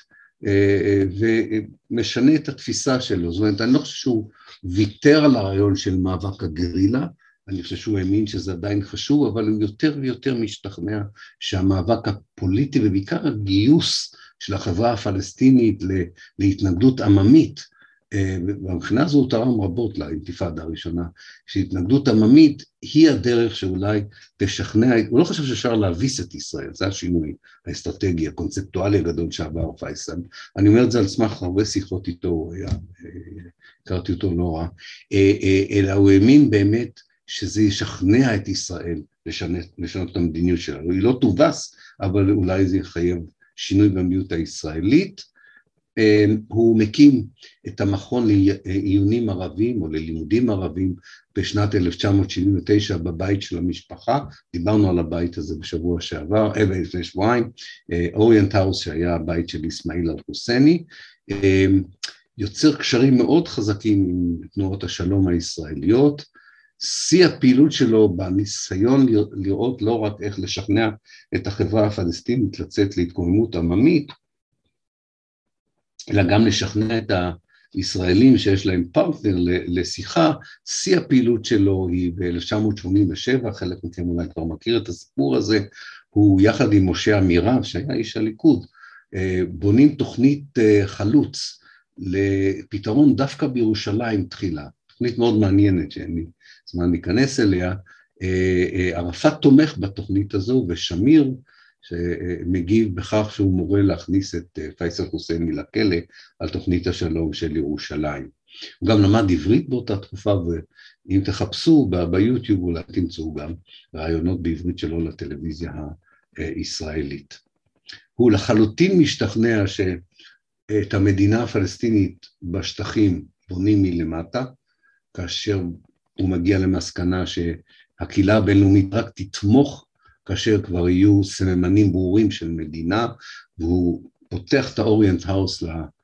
ומשנה את התפיסה שלו. זאת אומרת, אני לא חושב שהוא ויתר על הרעיון של מאבק הגרילה, אני חושב שהוא האמין שזה עדיין חשוב, אבל הוא יותר ויותר משתכנע שהמאבק הפוליטי, ובעיקר הגיוס של החברה הפלסטינית להתנגדות עממית, ובבחינה הזו הוא תרם רבות לאינתיפאדה הראשונה, שהתנגדות עממית היא הדרך שאולי תשכנע, הוא לא חושב שאפשר להביס את ישראל, זה השינוי האסטרטגי, הקונספטואלי הגדול שעבר פייסל, אני אומר את זה על סמך הרבה שיחות איתו, הכרתי אותו לא רע, אלא הוא האמין באמת שזה ישכנע את ישראל לשנות, לשנות את המדיניות שלנו, היא לא תובס, אבל אולי זה יחייב שינוי במדיניות הישראלית, הוא מקים את המכון לעיונים ערבים או ללימודים ערבים בשנת אלף תשע מאות שבעים ותשע בבית של המשפחה, דיברנו על הבית הזה בשבוע שעבר, לפני שבועיים, אוריינט האוס שהיה הבית של אסמאעיל אל-חוסייני, יוצר קשרים מאוד חזקים עם תנועות השלום הישראליות, שיא הפעילות שלו בניסיון לראות לא רק איך לשכנע את החברה הפלסטינית לצאת להתקוממות עממית, אלא גם לשכנע את הישראלים שיש להם פרטנר לשיחה, שיא הפעילות שלו היא ב-אלף תשע מאות שמונים ושבע, חלק מכם אולי כבר מכיר את הסיפור הזה, הוא יחד עם משה אמירב, שהיה איש הליכוד, בונים תוכנית חלוץ לפתרון דווקא בירושלים תחילה, תוכנית מאוד מעניינת שאני זמן להיכנס אליה, ערפאת תומך בתוכנית הזו, ושמיר, שמגיב בכך שהוא מורה להכניס את פייסל חוסייני לכלא על תוכנית השלום של ירושלים. הוא גם למד עברית באותה תקופה, ואם תחפשו ביוטיוב אולי תמצאו גם רעיונות בעברית שלו לטלוויזיה הישראלית. הוא לחלוטין משתכנע שאת המדינה הפלסטינית בשטחים בונים מלמטה, כאשר הוא מגיע למסקנה שהקהילה הבינלאומית רק תתמוך כאשר כבר יהיו סממנים ברורים של מדינה, והוא פותח את האוריינט האוס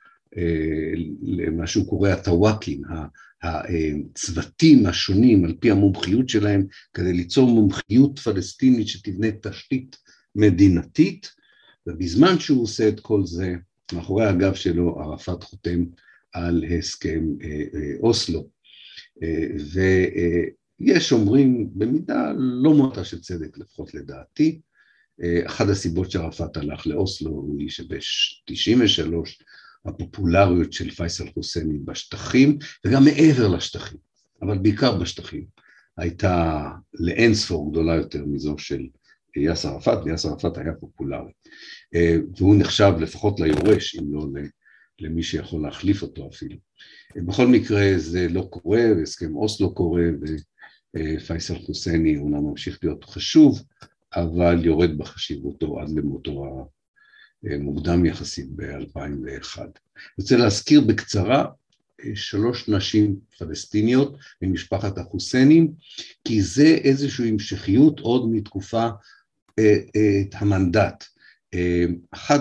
למה שהוא קורא הטוואקים, הצוותים השונים על פי המומחיות שלהם, כדי ליצור מומחיות פלסטינית שתבנה תשתית מדינתית, ובזמן שהוא עושה את כל זה, מאחורי הגב שלו ערפאת חותם על הסכם אוסלו, ויש אומרים במידה לא מועטה של צדק, לפחות לדעתי, אחת הסיבות שערפאת הלך לאוסלו היא שב-תשעים ושלוש הפופולריות של פייסל חוסייני בשטחים, וגם מעבר לשטחים, אבל בעיקר בשטחים, הייתה לאין ספור גדולה יותר מזו של יאסר ערפאת, ויאסר ערפאת היה פופולרי, והוא נחשב לפחות ליורש, אם לא למי שיכול להחליף אותו אפילו. בכל מקרה זה לא קורה, והסכם אוסלו קורה, ופייסל חוסייני הוא ממשיך להיות חשוב, אבל יורד בחשיבותו עד למותו המוקדם יחסית ב-אלפיים ואחת. אני רוצה להזכיר בקצרה שלוש נשים פלסטיניות ממשפחת החוסיינים, כי זה איזושהי המשכיות עוד מתקופה את המנדט. אחת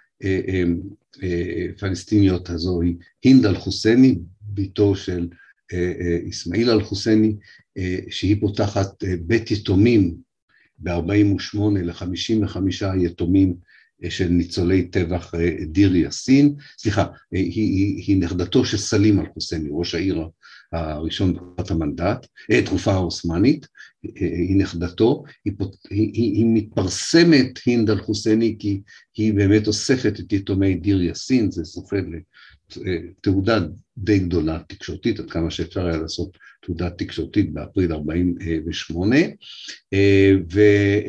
הפלסטיניות הזו היא הינד אל-חוסייני, ביתו של אסמאעיל אל-חוסייני, שהיא פותחת בית יתומים ב-ארבעים ושמונה ל-חמישים וחמישה יתומים של ניצולי טבח דיר יאסין, סליחה, היא, היא, היא נכדתו של סלים אל-חוסייני, ראש העיר הראשון בתקופת המנדט, תקופה העות'מאנית, היא נכדתו, היא, היא, היא מתפרסמת הינד אל-חוסייני כי היא באמת אוספת את יתומי דיר יאסין, זה סופר לתעודה די גדולה תקשורתית, עד כמה שאפשר היה לעשות תעודה תקשורתית באפריל ארבעים ושמונה, ו...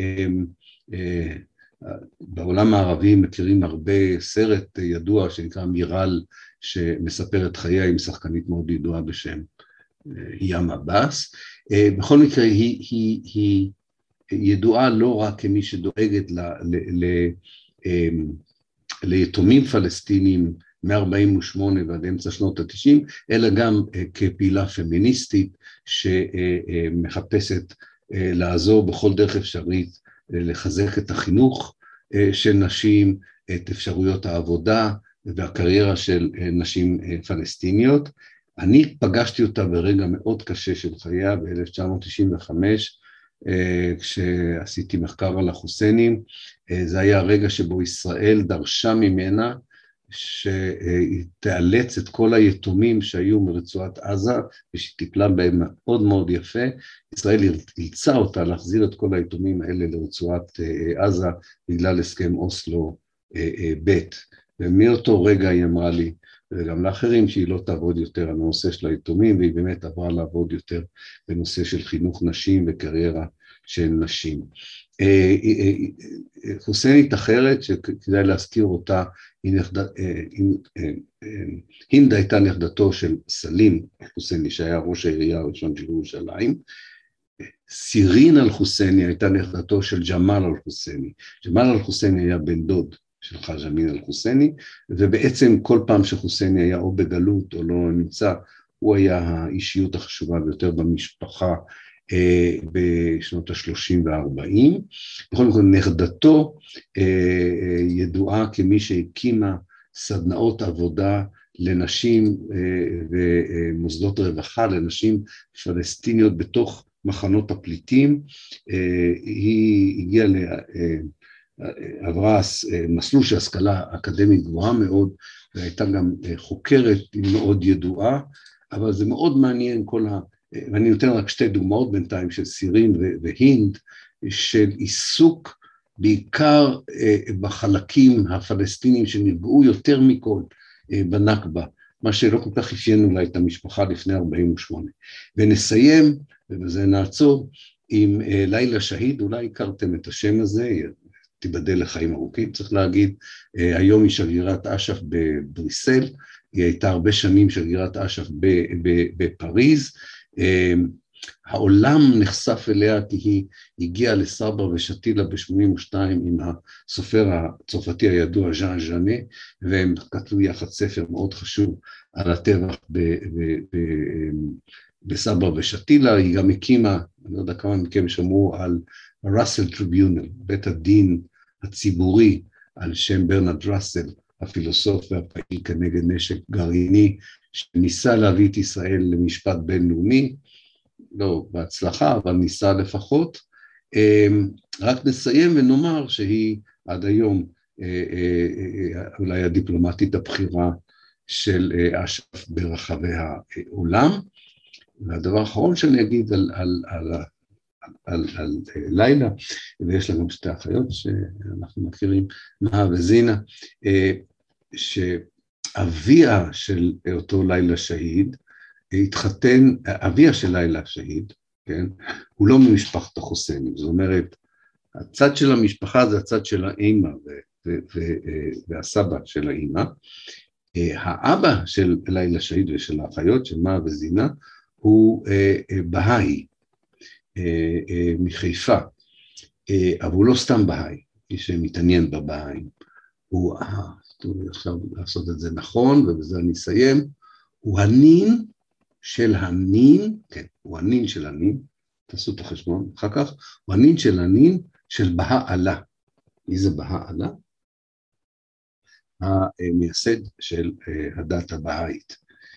בעולם הערבי מכירים הרבה סרט ידוע שנקרא מירל, שמספר את חייה עם שחקנית מאוד ידועה בשם ים עבאס. בכל מקרה היא, היא, היא ידועה לא רק כמי שדואגת ל, ל, ל, ליתומים פלסטינים מ-ארבעים ושמונה ועד אמצע שנות ה-תשעים, אלא גם כפעילה פמיניסטית שמחפשת לעזור בכל דרך אפשרית לחזק את החינוך של נשים, את אפשרויות העבודה והקריירה של נשים פלסטיניות. אני פגשתי אותה ברגע מאוד קשה של חייה ב-אלף תשע מאות תשעים וחמש, כשעשיתי מחקר על החוסיינים. זה היה הרגע שבו ישראל דרשה ממנה שהיא תאלץ את כל היתומים שהיו מרצועת עזה, ושטיפלה בהם מאוד מאוד יפה. ישראל אילצה אותה להחזיר את כל היתומים האלה לרצועת עזה, בגלל הסכם אוסלו ב'. ומאותו רגע היא אמרה לי, וגם לאחרים, שהיא לא תעבוד יותר על הנושא של היתומים, והיא באמת עברה לעבוד יותר בנושא של חינוך נשים וקריירה של נשים. חוסיינית אחרת, שכדאי להזכיר אותה, הינד הייתה נכדתו של סלים אל-חוסייני, שהיה ראש העירייה הראשון של ירושלים. סירין אל-חוסייני הייתה נכדתו של ג'מאל אל-חוסייני. ג'מאל אל-חוסייני היה בן דוד של חאג' אמין אל-חוסייני, ובעצם כל פעם שחוסייני היה או בגלות או לא נמצא, הוא היה האישיות החשובה ביותר במשפחה אה, בשנות ה-שלושים וה-ארבעים. בכל מקום נכדתו אה, אה, ידועה כמי שהקימה סדנאות עבודה לנשים אה, ומוסדות רווחה לנשים פלסטיניות בתוך מחנות הפליטים. אה, היא הגיעה ל... אה, עברה מסלול של השכלה אקדמית גבוהה מאוד, והייתה גם חוקרת מאוד ידועה, אבל זה מאוד מעניין כל ה... ואני נותן רק שתי דוגמאות בינתיים של סירין והינד, של עיסוק בעיקר בחלקים הפלסטינים שנפגעו יותר מכל בנכבה, מה שלא כל כך אפיין אולי את המשפחה לפני ארבעים ושמונה. ונסיים, ובזה נעצור, עם לילה שהיד, אולי הכרתם את השם הזה, תיבדל לחיים ארוכים, צריך להגיד, היום היא שגרירת אש"ף בבריסל, היא הייתה הרבה שנים שגרירת אש"ף בפריז, העולם נחשף אליה כי היא הגיעה לסברה ושתילה ב-שמונים ושתיים עם הסופר הצרפתי הידוע ז'אן ז'אנה, והם כתבו יחד ספר מאוד חשוב על הטבח בסברה ושתילה. היא גם הקימה, אני לא יודע כמה מכם שמעו על ראסל טריביונל, בית הדין הציבורי על שם ברנרד ראסל, הפילוסוף והפעיל כנגד נשק גרעיני, שניסה להביא את ישראל למשפט בינלאומי, לא בהצלחה, אבל ניסה לפחות. רק נסיים ונאמר שהיא עד היום אולי הדיפלומטית הבכירה של אש"ף ברחבי העולם. והדבר האחרון שאני אגיד על, על, על, על, על, על לילה, ויש לה גם שתי אחיות שאנחנו מכירים, מה וזינה, שאביה של אותו לילה שהיד, התחתן, אביה של לילה שהיד, כן, הוא לא ממשפחת החוסיינים, זאת אומרת, הצד של המשפחה זה הצד של האמא ו- ו- ו- והסבא של האמא, האבא של לילה שהיד ושל האחיות, של מה וזינה, הוא בהאי, מחיפה, אבל הוא לא סתם בהאי, מי שמתעניין בבהאי, הוא, עכשיו לעשות את זה נכון, ובזה אני אסיים, הוא הנין של הנין, כן, הוא הנין של הנין, תעשו את החשבון, אחר כך, הוא הנין של הנין של בהאלה. מי זה בהאלה? המייסד של הדת הבהאית.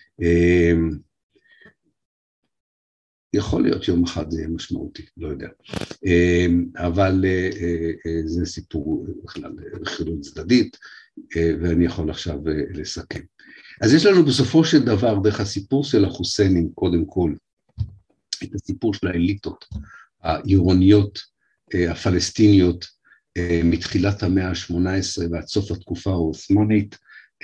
יכול להיות שיום אחד זה יהיה משמעותי, לא יודע. אבל זה סיפור בכלל חילול צדדית, ואני יכול עכשיו לסכם. אז יש לנו בסופו של דבר, דרך הסיפור של החוסיינים, קודם כל, את הסיפור של האליטות, העירוניות, הפלסטיניות, מתחילת המאה ה-שמונה עשרה ועד סוף התקופה העות'מאנית,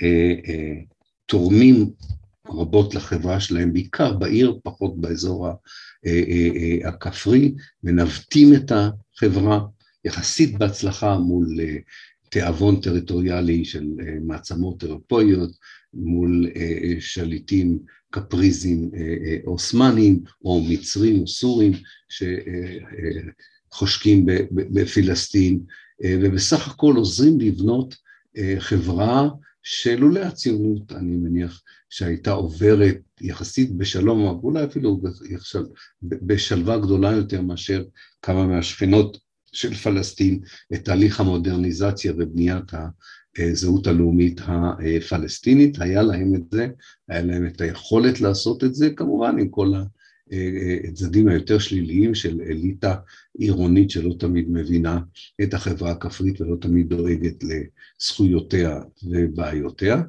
תורמים רבות לחברה שלהם, בעיקר בעיר, פחות באזור הכפרי, ונבטים את החברה יחסית בהצלחה מול תיאבון טריטוריאלי של מעצמות אירופאיות, מול שליטים קפריזים אוסמנים, או מצרים או סורים, שחושקים בפלסטין, ובסך הכל עוזרים לבנות חברה שלולא הציונות, אני מניח, שהייתה עוברת יחסית בשלום, אולי אפילו בשלווה גדולה יותר מאשר כמה מהשכנות של פלסטין, את תהליך המודרניזציה ובניית הזהות הלאומית הפלסטינית. היה להם את זה, היה להם את היכולת לעשות את זה, כמובן עם כל הצדדים היותר שליליים של אליטה עירונית שלא תמיד מבינה את החברה הכפרית ולא תמיד דואגת לזכויותיה ובעיותיה,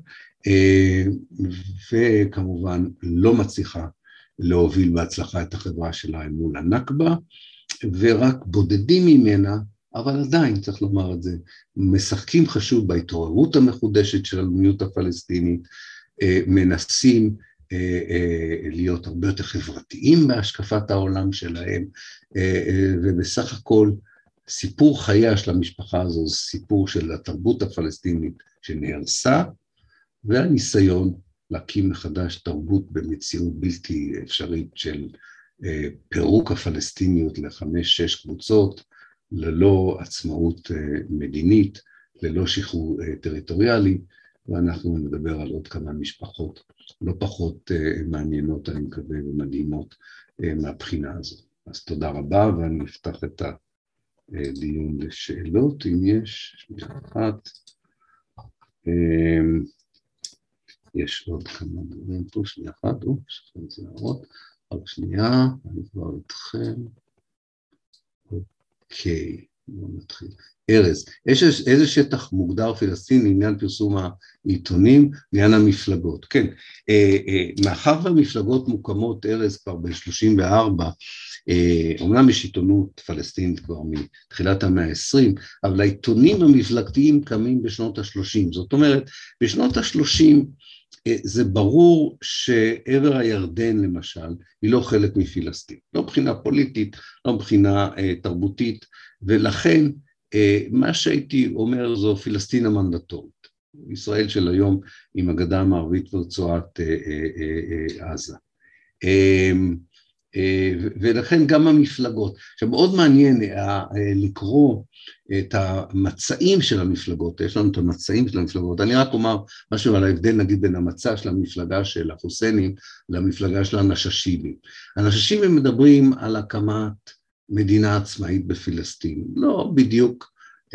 וכמובן לא מצליחה להוביל בהצלחה את החברה שלה מול הנכבה, ורק בודדים ממנה, אבל עדיין צריך לומר את זה, משחקים חשוב בהתעוררות המחודשת של הלאומיות הפלסטינית, מנסים להיות הרבה יותר חברתיים בהשקפת העולם שלהם, ובסך הכל סיפור חייה של המשפחה הזו, זה סיפור של התרבות הפלסטינית שנהרסה, והניסיון להקים מחדש תרבות במציאות בלתי אפשרית של פירוק הפלסטיניות לחמש, שש קבוצות, ללא עצמאות מדינית, ללא שחרור טריטוריאלי, ואנחנו נדבר על עוד כמה משפחות לא פחות מעניינות, אני מקווה, ומדהימות מהבחינה הזאת. אז תודה רבה, ואני אפתח את הדיון לשאלות, אם יש, שנייה אחת. יש עוד כמה דברים פה, שנייה אחת, או, שכן זה להראות, רק שנייה, אני כבר איתכם. אוקיי, בואו נתחיל. ארז, יש איזה שטח מוגדר פלסטין לעניין פרסום העיתונים, לעניין המפלגות? כן, אה, אה, מאחר והמפלגות מוקמות, ארז, כבר ב-שלושים וארבע, אה, אומנם יש עיתונות פלסטינית כבר מתחילת המאה ה-עשרים, אבל העיתונים המפלגתיים קמים בשנות ה-שלושים, זאת אומרת, בשנות ה-שלושים, אה, זה ברור שעבר הירדן למשל, היא לא חלק מפלסטין, לא מבחינה פוליטית, לא מבחינה אה, תרבותית, ולכן, מה שהייתי אומר זו פלסטין המנדטורית, ישראל של היום עם הגדה המערבית ורצועת עזה. ולכן גם המפלגות. עכשיו מאוד מעניין לקרוא את המצעים של המפלגות, יש לנו את המצעים של המפלגות, אני רק אומר משהו על ההבדל נגיד בין המצע של המפלגה של החוסיינים למפלגה של הנששיבים. הנששיבים מדברים על הקמת מדינה עצמאית בפלסטין, לא בדיוק,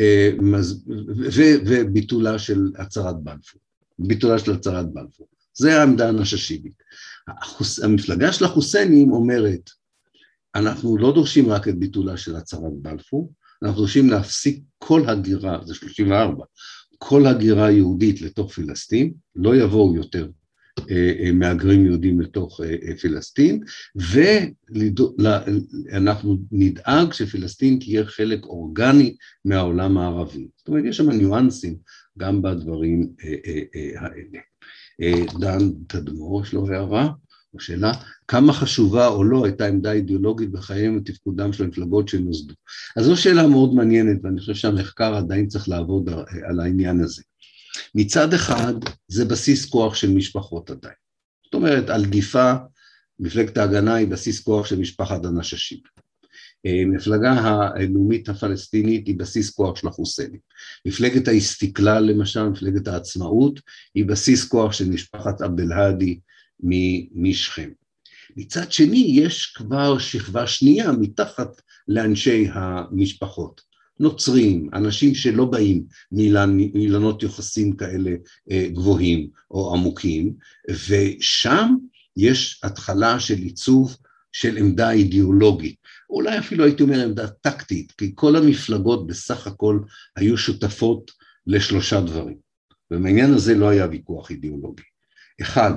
וביטולה של הצהרת בלפור, ביטולה של הצהרת בלפור, זה העמדה הנששיבית. המפלגה של החוסיינים אומרת, אנחנו לא דורשים רק את ביטולה של הצהרת בלפור, אנחנו דורשים להפסיק כל הגירה, זה שלושים וארבע, כל הגירה יהודית לתוך פלסטין, לא יבואו יותר מהגרים יהודים לתוך פלסטין, ואנחנו נדאג שפלסטין תהיה חלק אורגני מהעולם הערבי. זאת אומרת, יש שם ניואנסים גם בדברים האלה. דן תדמור, יש לו הערה או שאלה, כמה חשובה או לא הייתה עמדה אידיאולוגית בחייהם ותפקודם של המפלגות שנוסדו? אז זו שאלה מאוד מעניינת, ואני חושב שהמחקר עדיין צריך לעבוד על העניין הזה. מצד אחד, זה בסיס כוח של משפחות עדיין. זאת אומרת, על גיפה, מפלגת ההגנה היא בסיס כוח של משפחת הנששים. מפלגה הלאומית הפלסטינית היא בסיס כוח של החוסיינים. מפלגת האסתיקלל, למשל, מפלגת העצמאות, היא בסיס כוח של משפחת עבד אל-האדי משכם. מצד שני, יש כבר שכבה שנייה מתחת לאנשי המשפחות. נוצרים, אנשים שלא באים מאילנות יוחסים כאלה גבוהים או עמוקים, ושם יש התחלה של עיצוב של עמדה אידיאולוגית, אולי אפילו הייתי אומר עמדה טקטית, כי כל המפלגות בסך הכל היו שותפות לשלושה דברים, ובעניין הזה לא היה ויכוח אידיאולוגי. אחד,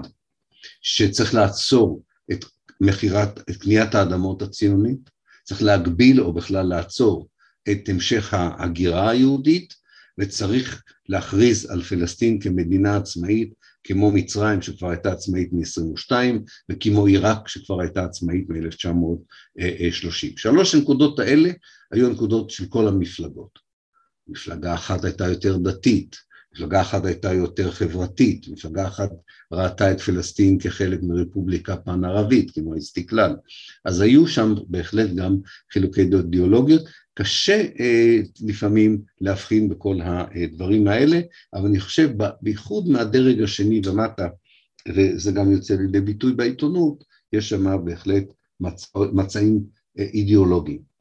שצריך לעצור את מחירת, את קניית האדמות הציונית, צריך להגביל או בכלל לעצור את המשך ההגירה היהודית, וצריך להכריז על פלסטין כמדינה עצמאית, כמו מצרים שכבר הייתה עצמאית מ-עשרים ושתיים, וכמו עיראק שכבר הייתה עצמאית מ-אלף תשע מאות שלושים. שלוש הנקודות האלה היו הנקודות של כל המפלגות. מפלגה אחת הייתה יותר דתית, מפלגה אחת הייתה יותר חברתית, מפלגה אחת ראתה את פלסטין כחלק מרפובליקה פן-ערבית, כמו האסתיקלל. אז היו שם בהחלט גם חילוקי אידיאולוגיות, קשה אה, לפעמים להבחין בכל הדברים האלה, אבל אני חושב בייחוד מהדרג השני ומטה, וזה גם יוצא לידי ביטוי בעיתונות, יש שם בהחלט מצ... מצעים אה, אידיאולוגיים.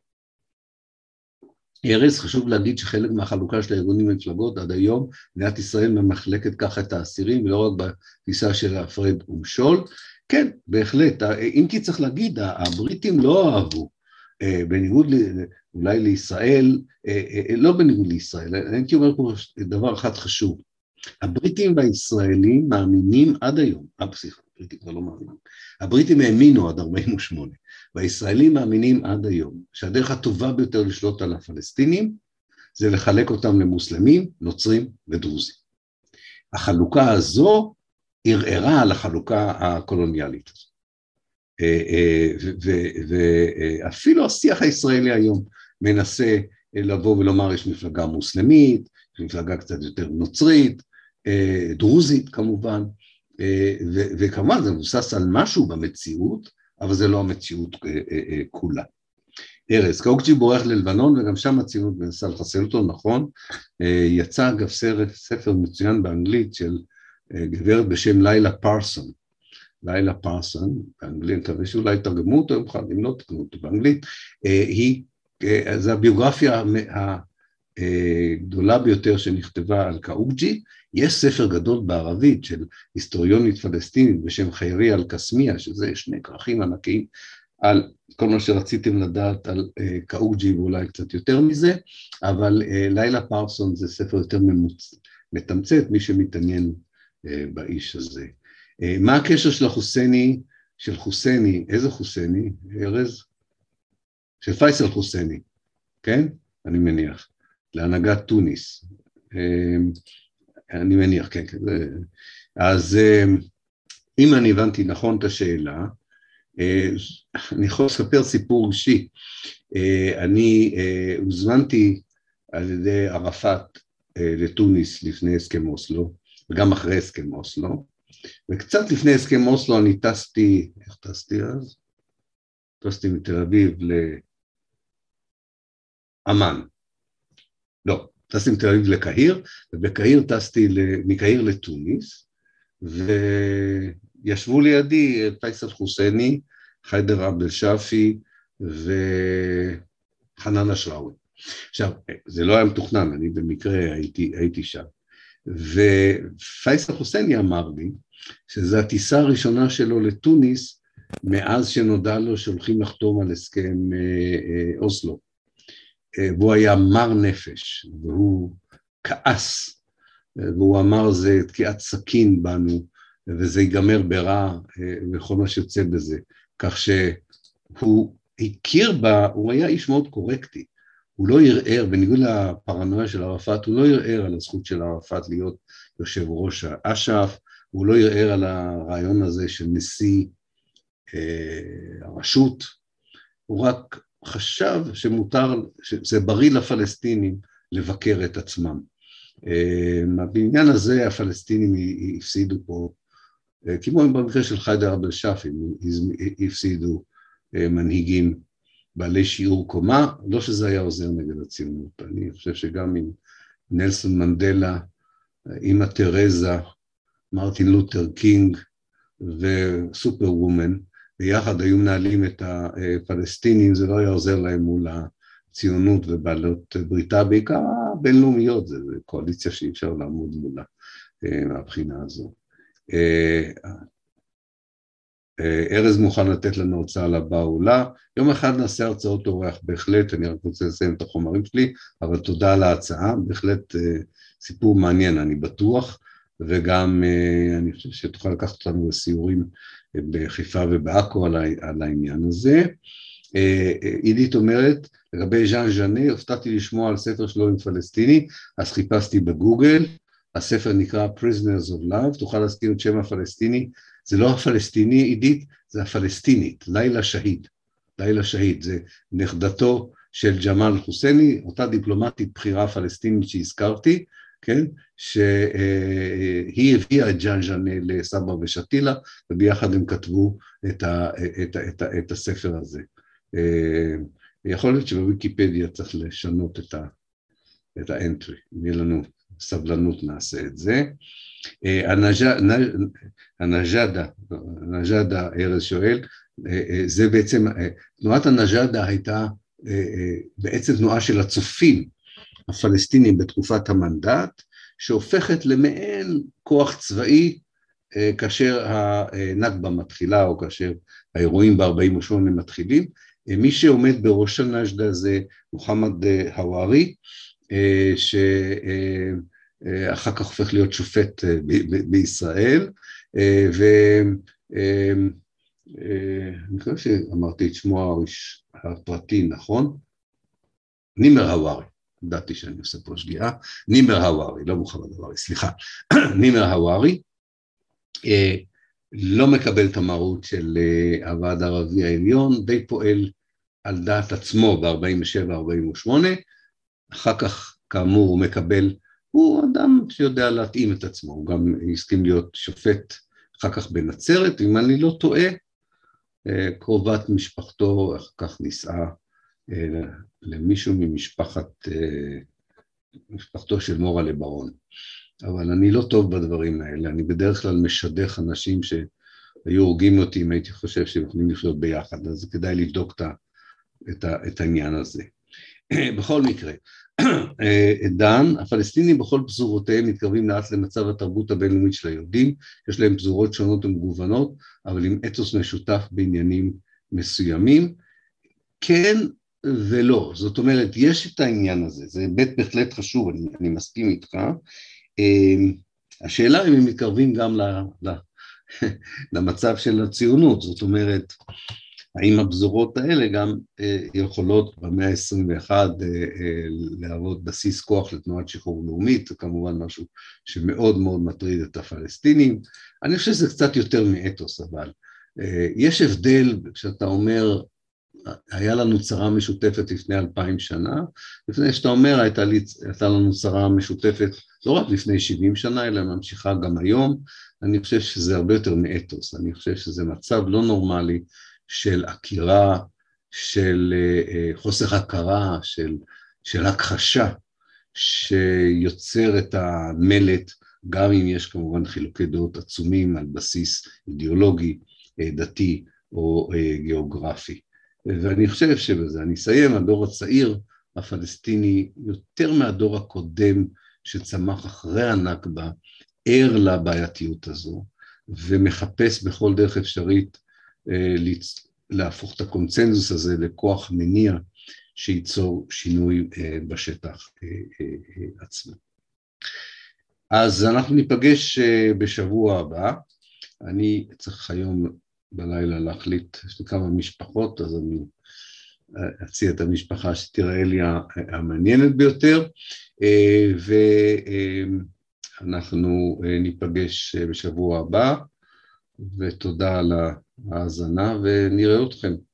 ארז, חשוב להגיד שחלק מהחלוקה של הארגונים למפלגות עד היום, מדינת ישראל ממחלקת ככה את האסירים, ולא רק בתפיסה של הפרד ומשול. כן, בהחלט, אם כי צריך להגיד, הבריטים לא אהבו, בניגוד אולי לישראל, לא בניגוד לישראל, הייתי אומר פה דבר אחד חשוב, הבריטים והישראלים מאמינים עד היום, סליחה, הבריטים כבר לא מאמינים, הבריטים האמינו עד ארבעים ושמונה, והישראלים מאמינים עד היום, שהדרך הטובה ביותר לשלוט על הפלסטינים, זה לחלק אותם למוסלמים, נוצרים ודרוזים. החלוקה הזו ערערה על החלוקה הקולוניאלית הזו. ואפילו השיח הישראלי היום מנסה לבוא ולומר, יש מפלגה מוסלמית, יש מפלגה קצת יותר נוצרית, דרוזית כמובן, וכמובן זה מבוסס על משהו במציאות, אבל זה לא המציאות כולה. ארז, קאוקג'י בורח ללבנון, וגם שם הציונות מנסה לחסל אותו, נכון. יצא אגב ספר מצוין באנגלית של גברת בשם לילה פרסון, לילה פרסון, באנגלית, אני מקווה שאולי תרגמו אותו, אם לא תרגמו אותו באנגלית, היא, זו הביוגרפיה הגדולה ביותר שנכתבה על קאוקג'י. יש ספר גדול בערבית של היסטוריונית פלסטינית בשם חיירי אל-קסמיה, שזה שני כרכים ענקיים, על כל מה שרציתם לדעת על קאוקג'י ואולי קצת יותר מזה, אבל לילה פרסון זה ספר יותר ממוצ... מתמצת, מי שמתעניין באיש הזה. מה הקשר של החוסייני, של חוסייני, איזה חוסייני, ארז? של פייסל חוסייני, כן? אני מניח, להנהגת טוניס. אני מניח, כן, כן. אז אם אני הבנתי נכון את השאלה, אני יכול לספר סיפור אישי. אני הוזמנתי על ידי ערפאת לטוניס לפני הסכם אוסלו, וגם אחרי הסכם אוסלו, וקצת לפני הסכם אוסלו אני טסתי, איך טסתי אז? טסתי מתל אביב לאמן. לא, טסתי מתל אביב לקהיר, ובקהיר טסתי מקהיר לטוניס, וישבו לידי פייסל חוסייני, חיידר עבד אל-שאפי וחנן אשראוי. עכשיו, זה לא היה מתוכנן, אני במקרה הייתי, הייתי שם. ופייסל חוסייני אמר לי, שזו הטיסה הראשונה שלו לטוניס, מאז שנודע לו שהולכים לחתום על הסכם אוסלו. והוא היה מר נפש, והוא כעס, והוא אמר זה תקיעת סכין בנו, וזה ייגמר ברע, וכל מה שיוצא בזה. כך שהוא הכיר בה, הוא היה איש מאוד קורקטי, הוא לא ירער, בניגוד לפרנויה של ערפאת, הוא לא ירער על הזכות של ערפאת להיות יושב ראש אש"ף, הוא לא ירער על הרעיון הזה של נשיא אה, הרשות, הוא רק חשב שמותר, שזה בריא לפלסטינים לבקר את עצמם. אה, בעניין הזה הפלסטינים הפסידו פה, אה, כמו במקרה של חיידר עבד אל-שאפי, הפסידו אה, מנהיגים בעלי שיעור קומה, לא שזה היה עוזר נגד הציונות, אני חושב שגם עם נלסון מנדלה, אמא תרזה, מרטין לותר קינג וסופר וומן, ביחד היו מנהלים את הפלסטינים, זה לא היה עוזר להם מול הציונות ובעלות בריתה, בעיקר הבינלאומיות, זה קואליציה שאי אפשר לעמוד מולה מהבחינה הזו. ארז מוכן לתת לנו הרצאה לבאה עולה, יום אחד נעשה הרצאות אורח בהחלט, אני רק רוצה לסיים את החומרים שלי, אבל תודה על ההצעה, בהחלט סיפור מעניין, אני בטוח, וגם אני חושב שתוכל לקחת אותנו לסיורים בחיפה ובעכו על, על העניין הזה. עידית אומרת, לגבי ז'אן ז'אנה, הופתעתי לשמוע על ספר שלו עם פלסטיני, אז חיפשתי בגוגל, הספר נקרא Prisoners of Love, תוכל להזכיר את שם הפלסטיני, זה לא הפלסטיני עידית, זה הפלסטינית, לילה שהיד, לילה שהיד, זה נכדתו של ג'מאל חוסייני, אותה דיפלומטית בחירה פלסטינית שהזכרתי, כן, שהיא הביאה את ז'אן ז'אנה לסבא ושתילה, וביחד הם כתבו את, ה, את, ה, את, ה, את הספר הזה. יכול להיות שבוויקיפדיה צריך לשנות את, ה, את האנטרי, אם יהיה לנו סבלנות נעשה את זה. הנג'דה, הנג'דה ארז שואל, זה בעצם, תנועת הנג'דה הייתה בעצם תנועה של הצופים הפלסטינים בתקופת המנדט, שהופכת למעין כוח צבאי כאשר הנכבה מתחילה, או כאשר האירועים ב-ארבעים ושמונה מתחילים. מי שעומד בראש הנג'דה זה מוחמד הווארי, שאחר כך הופך להיות שופט בישראל, ואני חושב שאמרתי את שמו הפרטי, נכון? נימר הווארי, ידעתי שאני עושה פה שגיאה, נימר הווארי, לא מוחמד הווארי, סליחה, נימר הווארי, לא מקבל את המרות של הוועד הערבי העליון, די פועל על דעת עצמו ב-ארבעים ושבע ארבעים ושמונה, אחר כך כאמור הוא מקבל, הוא אדם שיודע להתאים את עצמו, הוא גם הסכים להיות שופט אחר כך בנצרת, אם אני לא טועה, קרובת משפחתו אחר כך נישאה למישהו ממשפחת, משפחתו של מורלה ברון. אבל אני לא טוב בדברים האלה, אני בדרך כלל משדך אנשים שהיו הורגים אותי אם הייתי חושב שהם יכולים לחיות ביחד, אז כדאי לבדוק את, את, את העניין הזה. בכל מקרה, דן, הפלסטינים בכל פזורותיהם מתקרבים לאט למצב התרבות הבינלאומית של היהודים, יש להם פזורות שונות ומגוונות, אבל עם אתוס משותף בעניינים מסוימים, כן ולא, זאת אומרת, יש את העניין הזה, זה בית בהחלט חשוב, אני, אני מסכים איתך, השאלה אם הם מתקרבים גם ל, ל, למצב של הציונות, זאת אומרת, האם הפזורות האלה גם יכולות במאה ה-עשרים ואחת להוות בסיס כוח לתנועת שחרור לאומית, זה כמובן משהו שמאוד מאוד מטריד את הפלסטינים, אני חושב שזה קצת יותר מאתוס, אבל יש הבדל כשאתה אומר, היה לנו צרה משותפת לפני אלפיים שנה, לפני שאתה אומר, הייתה, לי, הייתה לנו צרה משותפת לא רק לפני שבעים שנה, אלא ממשיכה גם היום, אני חושב שזה הרבה יותר מאתוס, אני חושב שזה מצב לא נורמלי, של עקירה, של חוסר הכרה, של, של הכחשה, שיוצר את המלט, גם אם יש כמובן חילוקי דעות עצומים על בסיס אידיאולוגי, דתי או גיאוגרפי. ואני חושב שבזה, אני אסיים, הדור הצעיר הפלסטיני, יותר מהדור הקודם שצמח אחרי הנכבה, ער לבעייתיות הזו, ומחפש בכל דרך אפשרית להפוך את הקונצנזוס הזה לכוח מניע שייצור שינוי בשטח עצמו. אז אנחנו ניפגש בשבוע הבא, אני צריך היום בלילה להחליט, יש לי כמה משפחות, אז אני אציע את המשפחה שתראה לי המעניינת ביותר, ואנחנו ניפגש בשבוע הבא, ותודה על ההאזנה ונראה אתכם.